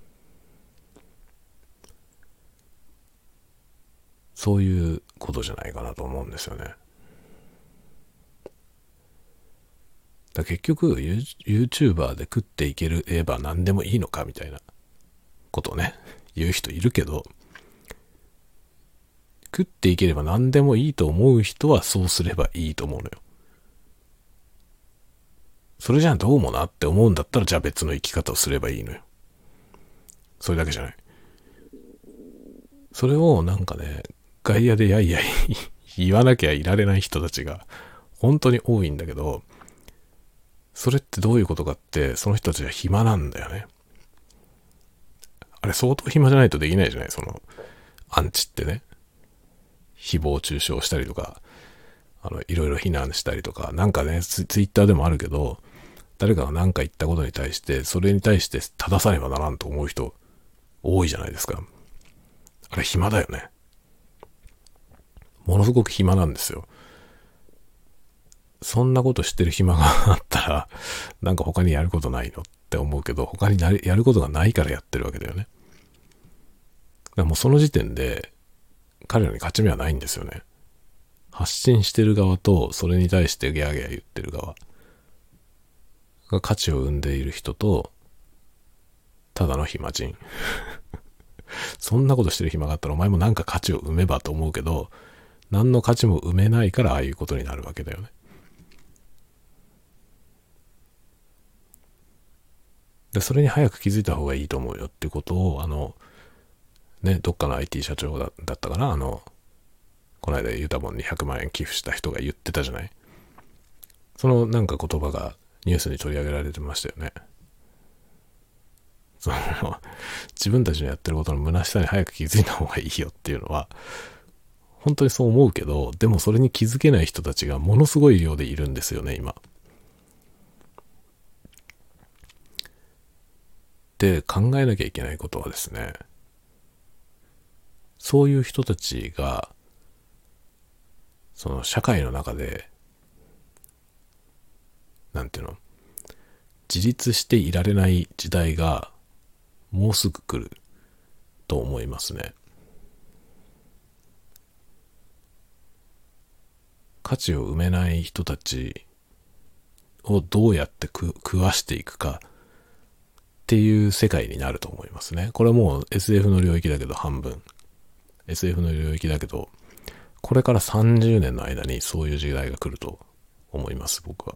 そういうことじゃないかなと思うんですよね。だ結局 YouTuber で食っていければ何でもいいのかみたいなことをね言う人いるけど、食っていければ何でもいいと思う人はそうすればいいと思うのよ。それじゃあどうもなって思うんだったら、じゃあ別の生き方をすればいいのよ。それだけじゃない。それをなんかね外野でやいやい言わなきゃいられない人たちが本当に多いんだけど、それってどういうことかって、その人たちは暇なんだよね。あれ相当暇じゃないとできないじゃない、そのアンチってね。誹謗中傷したりとか、いろいろ非難したりとか、なんかねツイッターでもあるけど、誰かが何か言ったことに対してそれに対して正さねばならんと思う人多いじゃないですか。あれ暇だよね。 ものすごく暇なんですよ。そんなことしてる暇があったら、なんか他にやることないのって思うけど、他にやることがないからやってるわけだよね。だからもうその時点で、彼らに勝ち目はないんですよね。発信してる側と、それに対してギャーギャー言ってる側が価値を生んでいる人と、ただの暇人。そんなことしてる暇があったらお前もなんか価値を生めばと思うけど、何の価値も生めないからああいうことになるわけだよね。で、それに早く気づいた方がいいと思うよっていうことを、どっかの IT 社長だったかな、この間ユタボンに100万円寄付した人が言ってたじゃない。そのなんか言葉がニュースに取り上げられてましたよね。その自分たちのやってることの虚しさに早く気づいた方がいいよっていうのは本当にそう思うけど、でもそれに気づけない人たちがものすごい量でいるんですよね、今。で、考えなきゃいけないことはですね、そういう人たちがその社会の中で、なんていうの、自立していられない時代がもうすぐ来ると思いますね。価値を埋めない人たちをどうやって食わしていくかっていう世界になると思いますね。これはもう SF の領域だけど半分。SF の領域だけど、これから30年の間にそういう時代が来ると思います、僕は。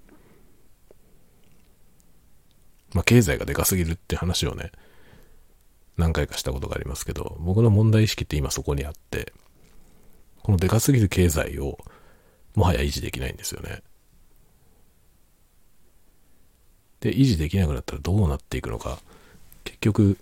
まあ経済がでかすぎるって話をね、何回かしたことがありますけど、僕の問題意識って今そこにあって、このでかすぎる経済をもはや維持できないんですよね。で、維持できなくなったらどうなっていくのか。結局、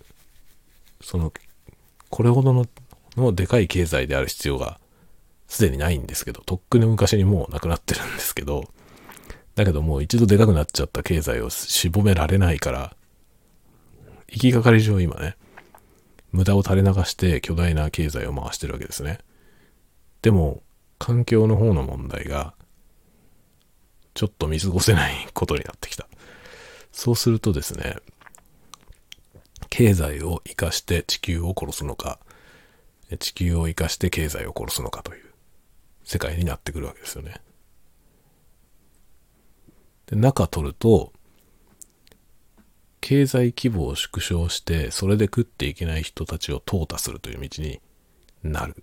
これほどのでかい経済である必要がすでにないんですけど、とっくの昔にもうなくなってるんですけど、だけどもう一度でかくなっちゃった経済を絞められないから、行きがかり上今ね、無駄を垂れ流して巨大な経済を回してるわけですね。でも、環境の方の問題が、ちょっと見過ごせないことになってきた。そうするとですね、経済を生かして地球を殺すのか、地球を生かして経済を殺すのかという世界になってくるわけですよね。で、中取ると、経済規模を縮小して、それで食っていけない人たちを淘汰するという道になる。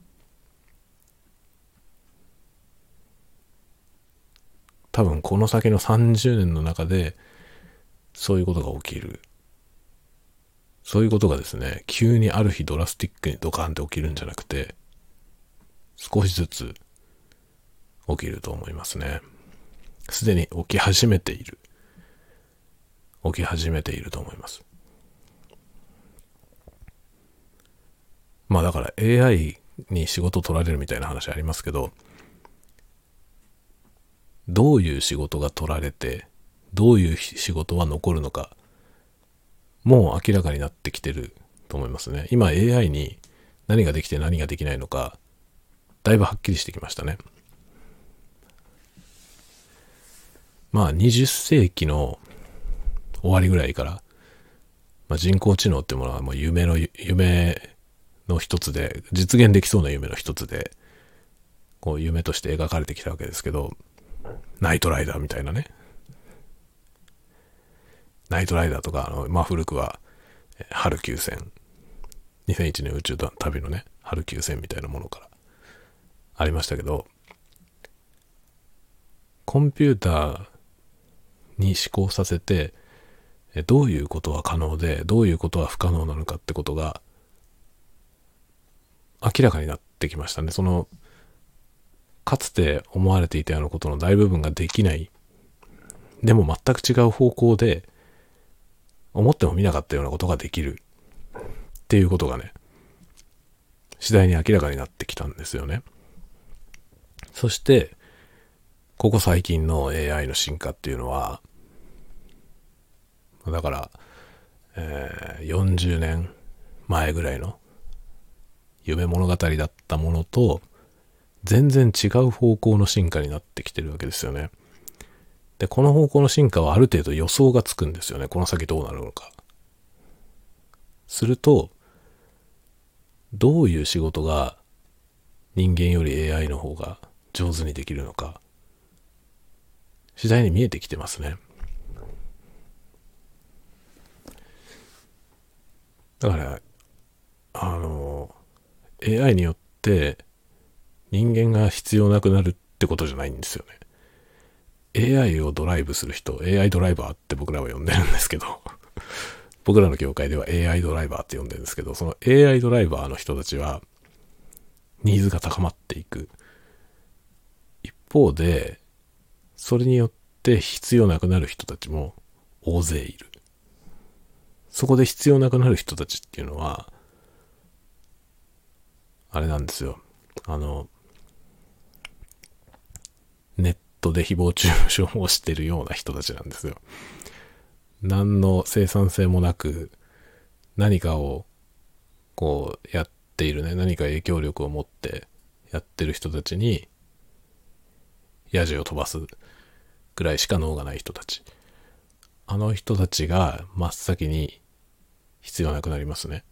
多分この先の30年の中で、そういうことが起きる。そういうことがですね、急にある日ドラスティックにドカーンって起きるんじゃなくて、少しずつ起きると思いますね。すでに起き始めている。起き始めていると思います。まあだから AI に仕事取られるみたいな話ありますけど、どういう仕事が取られて、どういう仕事は残るのか、もう明らかになってきてると思いますね。今 AI に何ができて何ができないのか、だいぶはっきりしてきましたね。まあ20世紀の終わりぐらいから、まあ、人工知能っていうものはもう夢の一つで、実現できそうな夢の一つで、こう夢として描かれてきたわけですけど、ナイトライダーみたいなね。ナイトライダーとか、まあ古くは、春9戦。2001年宇宙旅のね、春9戦みたいなものからありましたけど、コンピューターに思考させて、どういうことは可能で、どういうことは不可能なのかってことが明らかになってきましたね。かつて思われていたようなことの大部分ができない。でも全く違う方向で、思ってもみなかったようなことができる。っていうことがね、次第に明らかになってきたんですよね。そして、ここ最近の AI の進化っていうのは、だから、40年前ぐらいの夢物語だったものと、 全然違う方向の進化になってきてるわけですよね。で、この方向の進化はある程度予想がつくんですよね。この先どうなるのか。すると、どういう仕事が人間より AI の方が上手にできるのか、次第に見えてきてますね。だから、AI によって人間が必要なくなるってことじゃないんですよね。AI をドライブする人、AI ドライバーって僕らは呼んでるんですけど、僕らの業界では AI ドライバーって呼んでるんですけど、その AI ドライバーの人たちはニーズが高まっていく。一方で、それによって必要なくなる人たちも大勢いる。そこで必要なくなる人たちっていうのは、あれなんですよ。ネットで誹謗中傷をしてるような人たちなんですよ。何の生産性もなく、何かをこうやっているね、何か影響力を持ってやってる人たちに、ヤジを飛ばすぐらいしか脳がない人たち。あの人たちが真っ先に必要なくなりますね。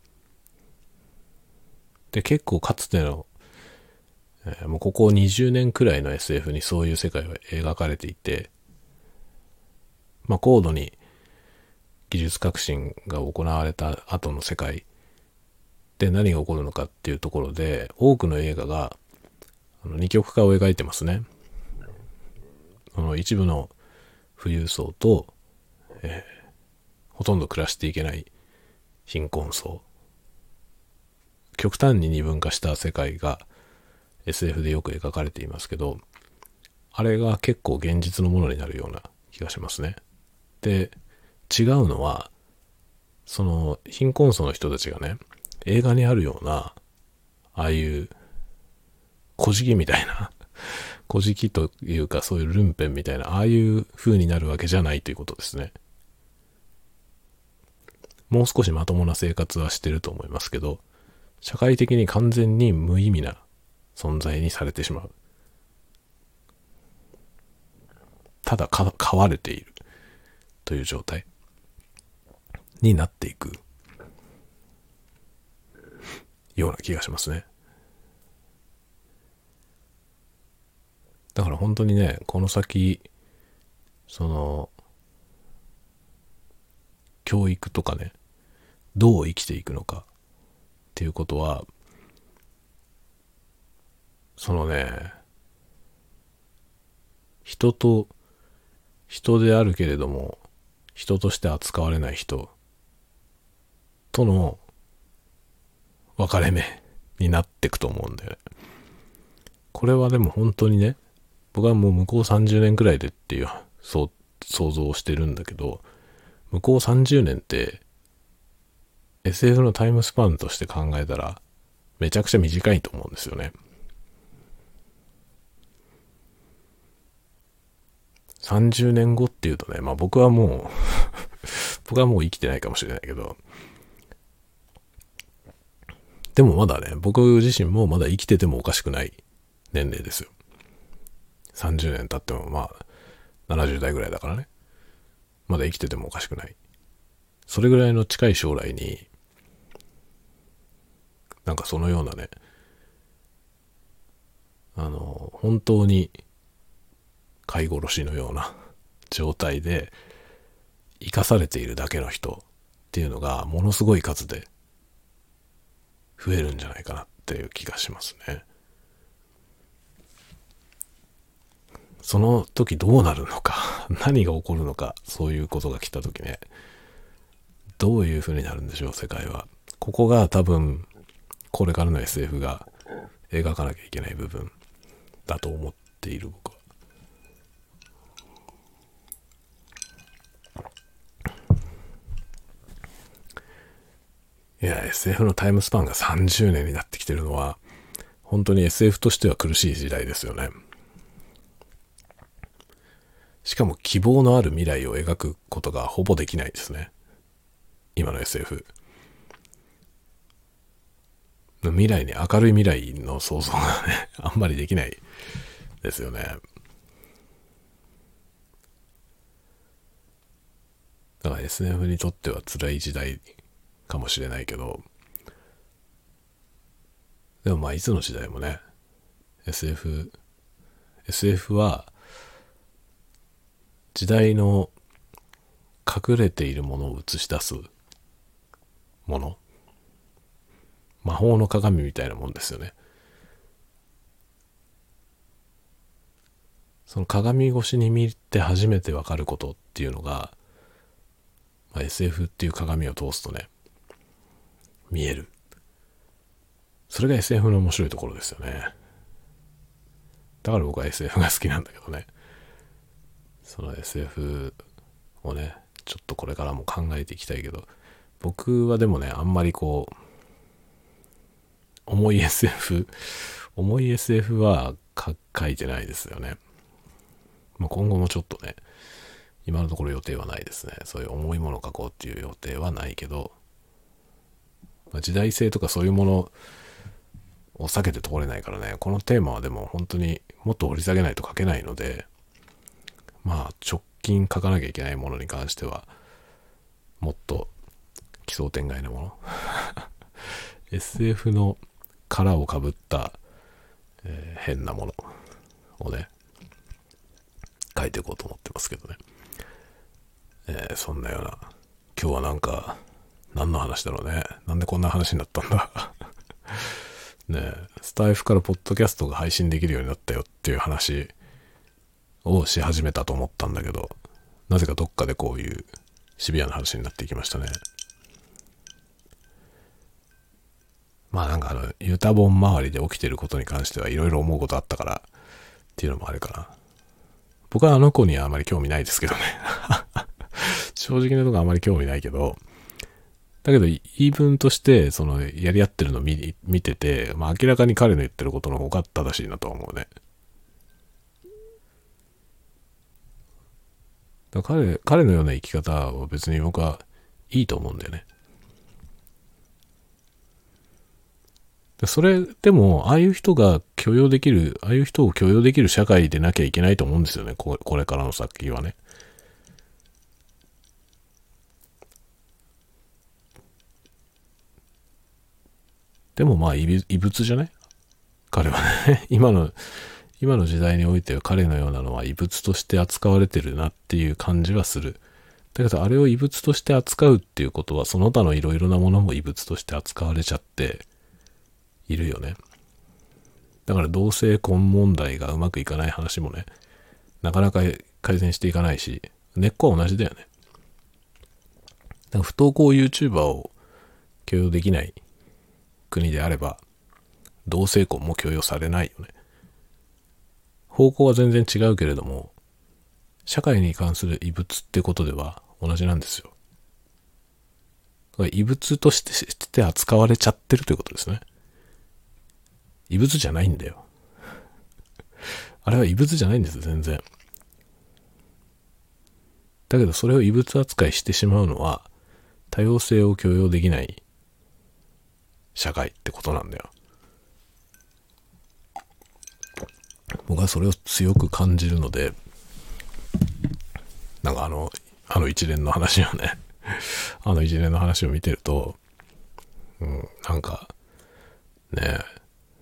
で、結構かつての、もうここ20年くらいの SF にそういう世界は描かれていて、まあ高度に技術革新が行われた後の世界で何が起こるのかっていうところで、多くの映画が二極化を描いてますね。一部の富裕層と、ほとんど暮らしていけない貧困層。極端に二分化した世界が SF でよく描かれていますけど、あれが結構現実のものになるような気がしますね。で、違うのは、その貧困層の人たちがね、映画にあるような、ああいう小じきみたいな、小じきというかそういうルンペンみたいな、ああいう風になるわけじゃないということですね。もう少しまともな生活はしてると思いますけど、社会的に完全に無意味な存在にされてしまう。ただ飼われているという状態になっていくような気がしますね。だから本当にね、この先、その、教育とかね、どう生きていくのかっていうことは、そのね、人と人であるけれども、人として扱われない人との分かれ目になっていくと思うんだよね。これはでも本当にね、僕はもう向こう30年くらいでっていう、そう、想像をしてるんだけど、向こう30年って SF のタイムスパンとして考えたらめちゃくちゃ短いと思うんですよね。30年後っていうとね、まあ僕はもう僕はもう生きてないかもしれないけど、でもまだね、僕自身もまだ生きててもおかしくない年齢ですよ。30年経ってもまあ70代ぐらいだからね。まだ生きててもおかしくない。それぐらいの近い将来に、なんかそのようなね、本当に飼い殺しのような状態で生かされているだけの人っていうのがものすごい数で増えるんじゃないかなっていう気がしますね。その時どうなるのか、何が起こるのか、そういうことが来た時ね、どういう風になるんでしょう、世界は。ここが多分これからの SF が描かなきゃいけない部分だと思っている僕は。いや、SF のタイムスパンが30年になってきてるのは、本当に SF としては苦しい時代ですよね。しかも希望のある未来を描くことがほぼできないですね。今の SF。 未来に、明るい未来の想像がね、あんまりできないですよね。だから SF にとっては辛い時代かもしれないけど、でもまあいつの時代もね、SF は時代の隠れているものを映し出すもの、魔法の鏡みたいなもんですよね。その鏡越しに見て初めてわかることっていうのが、まあ、SF っていう鏡を通すとね、見える。それが SF の面白いところですよね。だから僕は SF が好きなんだけどね。その SF をね、ちょっとこれからも考えていきたいけど、僕はでもね、あんまりこう、重い SF は書いてないですよね。まあ、今後もちょっとね、今のところ予定はないですね。そういう重いものを書こうっていう予定はないけど、まあ、時代性とかそういうものを避けて通れないからね、このテーマはでも本当にもっと掘り下げないと書けないので、まあ直近書かなきゃいけないものに関しては、もっと奇想天外なものSF の殻をかぶった、変なものをね、書いていこうと思ってますけどね。そんなような、今日はなんか、何の話だろうね。なんでこんな話になったんだねえ、スタイフからポッドキャストが配信できるようになったよっていう話をし始めたと思ったんだけど、なぜかどっかでこういうシビアな話になっていきましたね。まあなんかユタボン周りで起きてることに関してはいろいろ思うことあったからっていうのもあるかな。僕はあの子にはあまり興味ないですけどね。正直なとこあまり興味ないけど、だけど言い分としてそのやり合ってるのを見てて、まあ明らかに彼の言ってることの方が正しいなと思うね。だから彼のような生き方は別に僕はいいと思うんだよね。それでもああいう人を許容できる社会でなきゃいけないと思うんですよね。これからの先はね。でもまあ異物じゃない？彼はね。今の時代においては彼のようなのは異物として扱われてるなっていう感じはする。だけどあれを異物として扱うっていうことはその他のいろいろなものも異物として扱われちゃっているよね。だから同性婚問題がうまくいかない話もね、なかなか改善していかないし、根っこは同じだよね。だから不登校 YouTuber を許容できない国であれば、同性婚も許容されないよね。方向は全然違うけれども、社会に関する異物ってことでは同じなんですよ。だから異物として扱われちゃってるということですね。異物じゃないんだよ。あれは異物じゃないんですよ、全然。だけどそれを異物扱いしてしまうのは、多様性を許容できない社会ってことなんだよ。僕はそれを強く感じるので、なんかあの一連の話をね、一連の話を見てると、なんか、ねえ、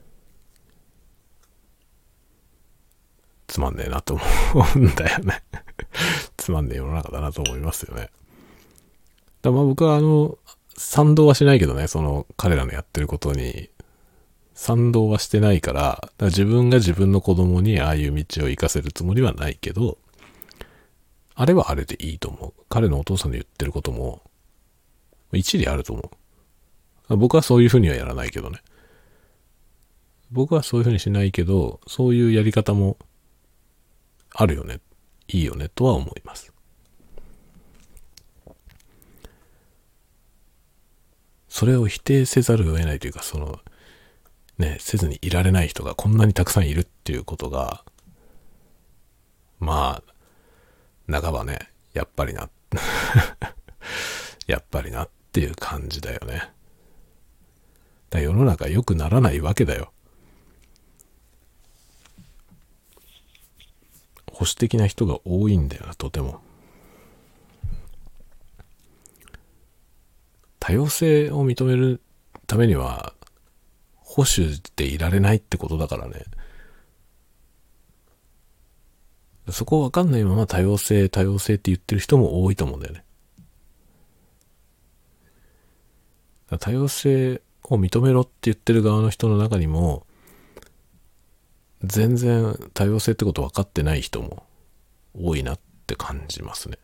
つまんねえなと思うんだよね。つまんねえ世の中だなと思いますよね。まあ僕は賛同はしないけどね、その彼らのやってることに賛同はしてないから、だから自分が自分の子供にああいう道を行かせるつもりはないけど、あれはあれでいいと思う。彼のお父さんの言ってることも一理あると思う。僕はそういうふうにはやらないけどね。僕はそういうふうにしないけど、そういうやり方もあるよね。いいよねとは思います。それを否定せざるを得ないというか、せずにいられない人がこんなにたくさんいるっていうことが、まあ、半ばね、やっぱりな、やっぱりなっていう感じだよね。 だから世の中良くならないわけだよ。保守的な人が多いんだよな、とても。多様性を認めるためには保守でいられないってことだからね。そこわかんないまま多様性って言ってる人も多いと思うんだよね。多様性を認めろって言ってる側の人の中にも、全然多様性ってこと分かってない人も多いなって感じますね。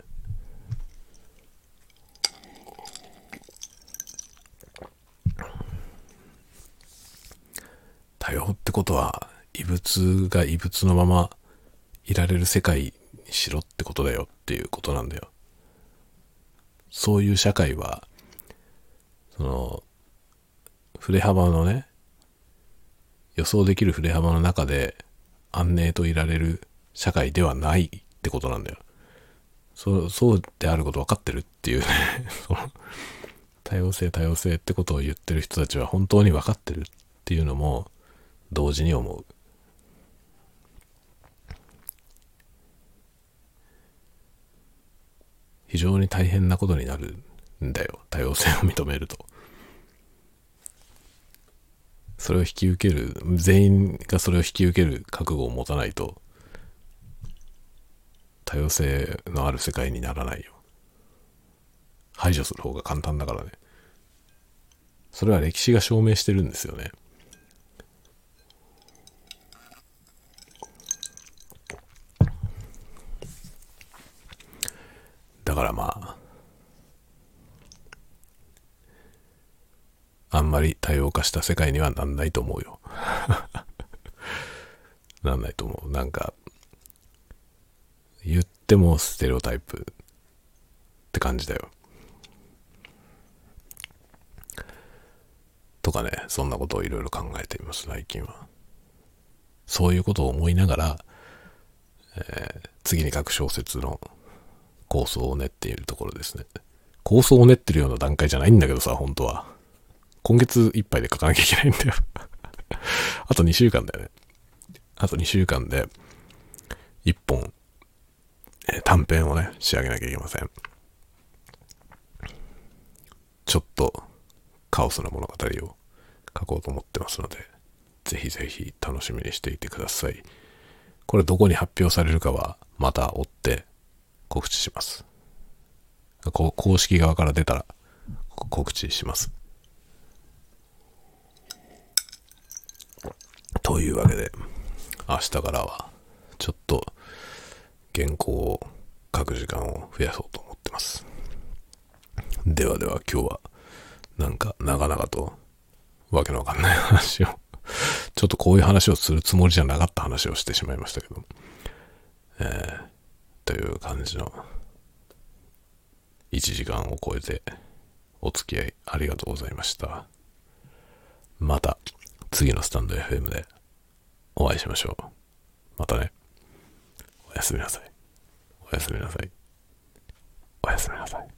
多様ってことは異物が異物のままいられる世界にしろってことだよっていうことなんだよ。そういう社会はその振れ幅のね、予想できる振れ幅の中で安寧といられる社会ではないってことなんだよ。そうであること分かってるっていうねその多様性ってことを言ってる人たちは本当に分かってるっていうのも同時に思う。非常に大変なことになるんだよ、多様性を認めると。それを引き受ける、全員がそれを引き受ける覚悟を持たないと多様性のある世界にならないよ。排除する方が簡単だからね。それは歴史が証明してるんですよね。だからまああんまり多様化した世界にはなんないと思うよなんないと思う。なんか言ってもステレオタイプって感じだよ。とかね、そんなことをいろいろ考えています最近は。そういうことを思いながら、次に書く小説の構想を練っているところですね。構想を練ってるような段階じゃないんだけどさ、本当は。今月いっぱいで書かなきゃいけないんだよあと2週間だよね。あと2週間で1本、短編をね、仕上げなきゃいけません。ちょっとカオスな物語を書こうと思ってますので、ぜひぜひ楽しみにしていてください。これどこに発表されるかはまた追って告知します。公式側から出たら告知します。というわけで、明日からはちょっと原稿を書く時間を増やそうと思ってます。ではでは今日はなんか長々とわけのわかんない話をちょっとこういう話をするつもりじゃなかった話をしてしまいましたけど、という感じの1時間を超えてお付き合いありがとうございました。また次のスタンド FM でお会いしましょう。またね。おやすみなさい。おやすみなさい。おやすみなさい。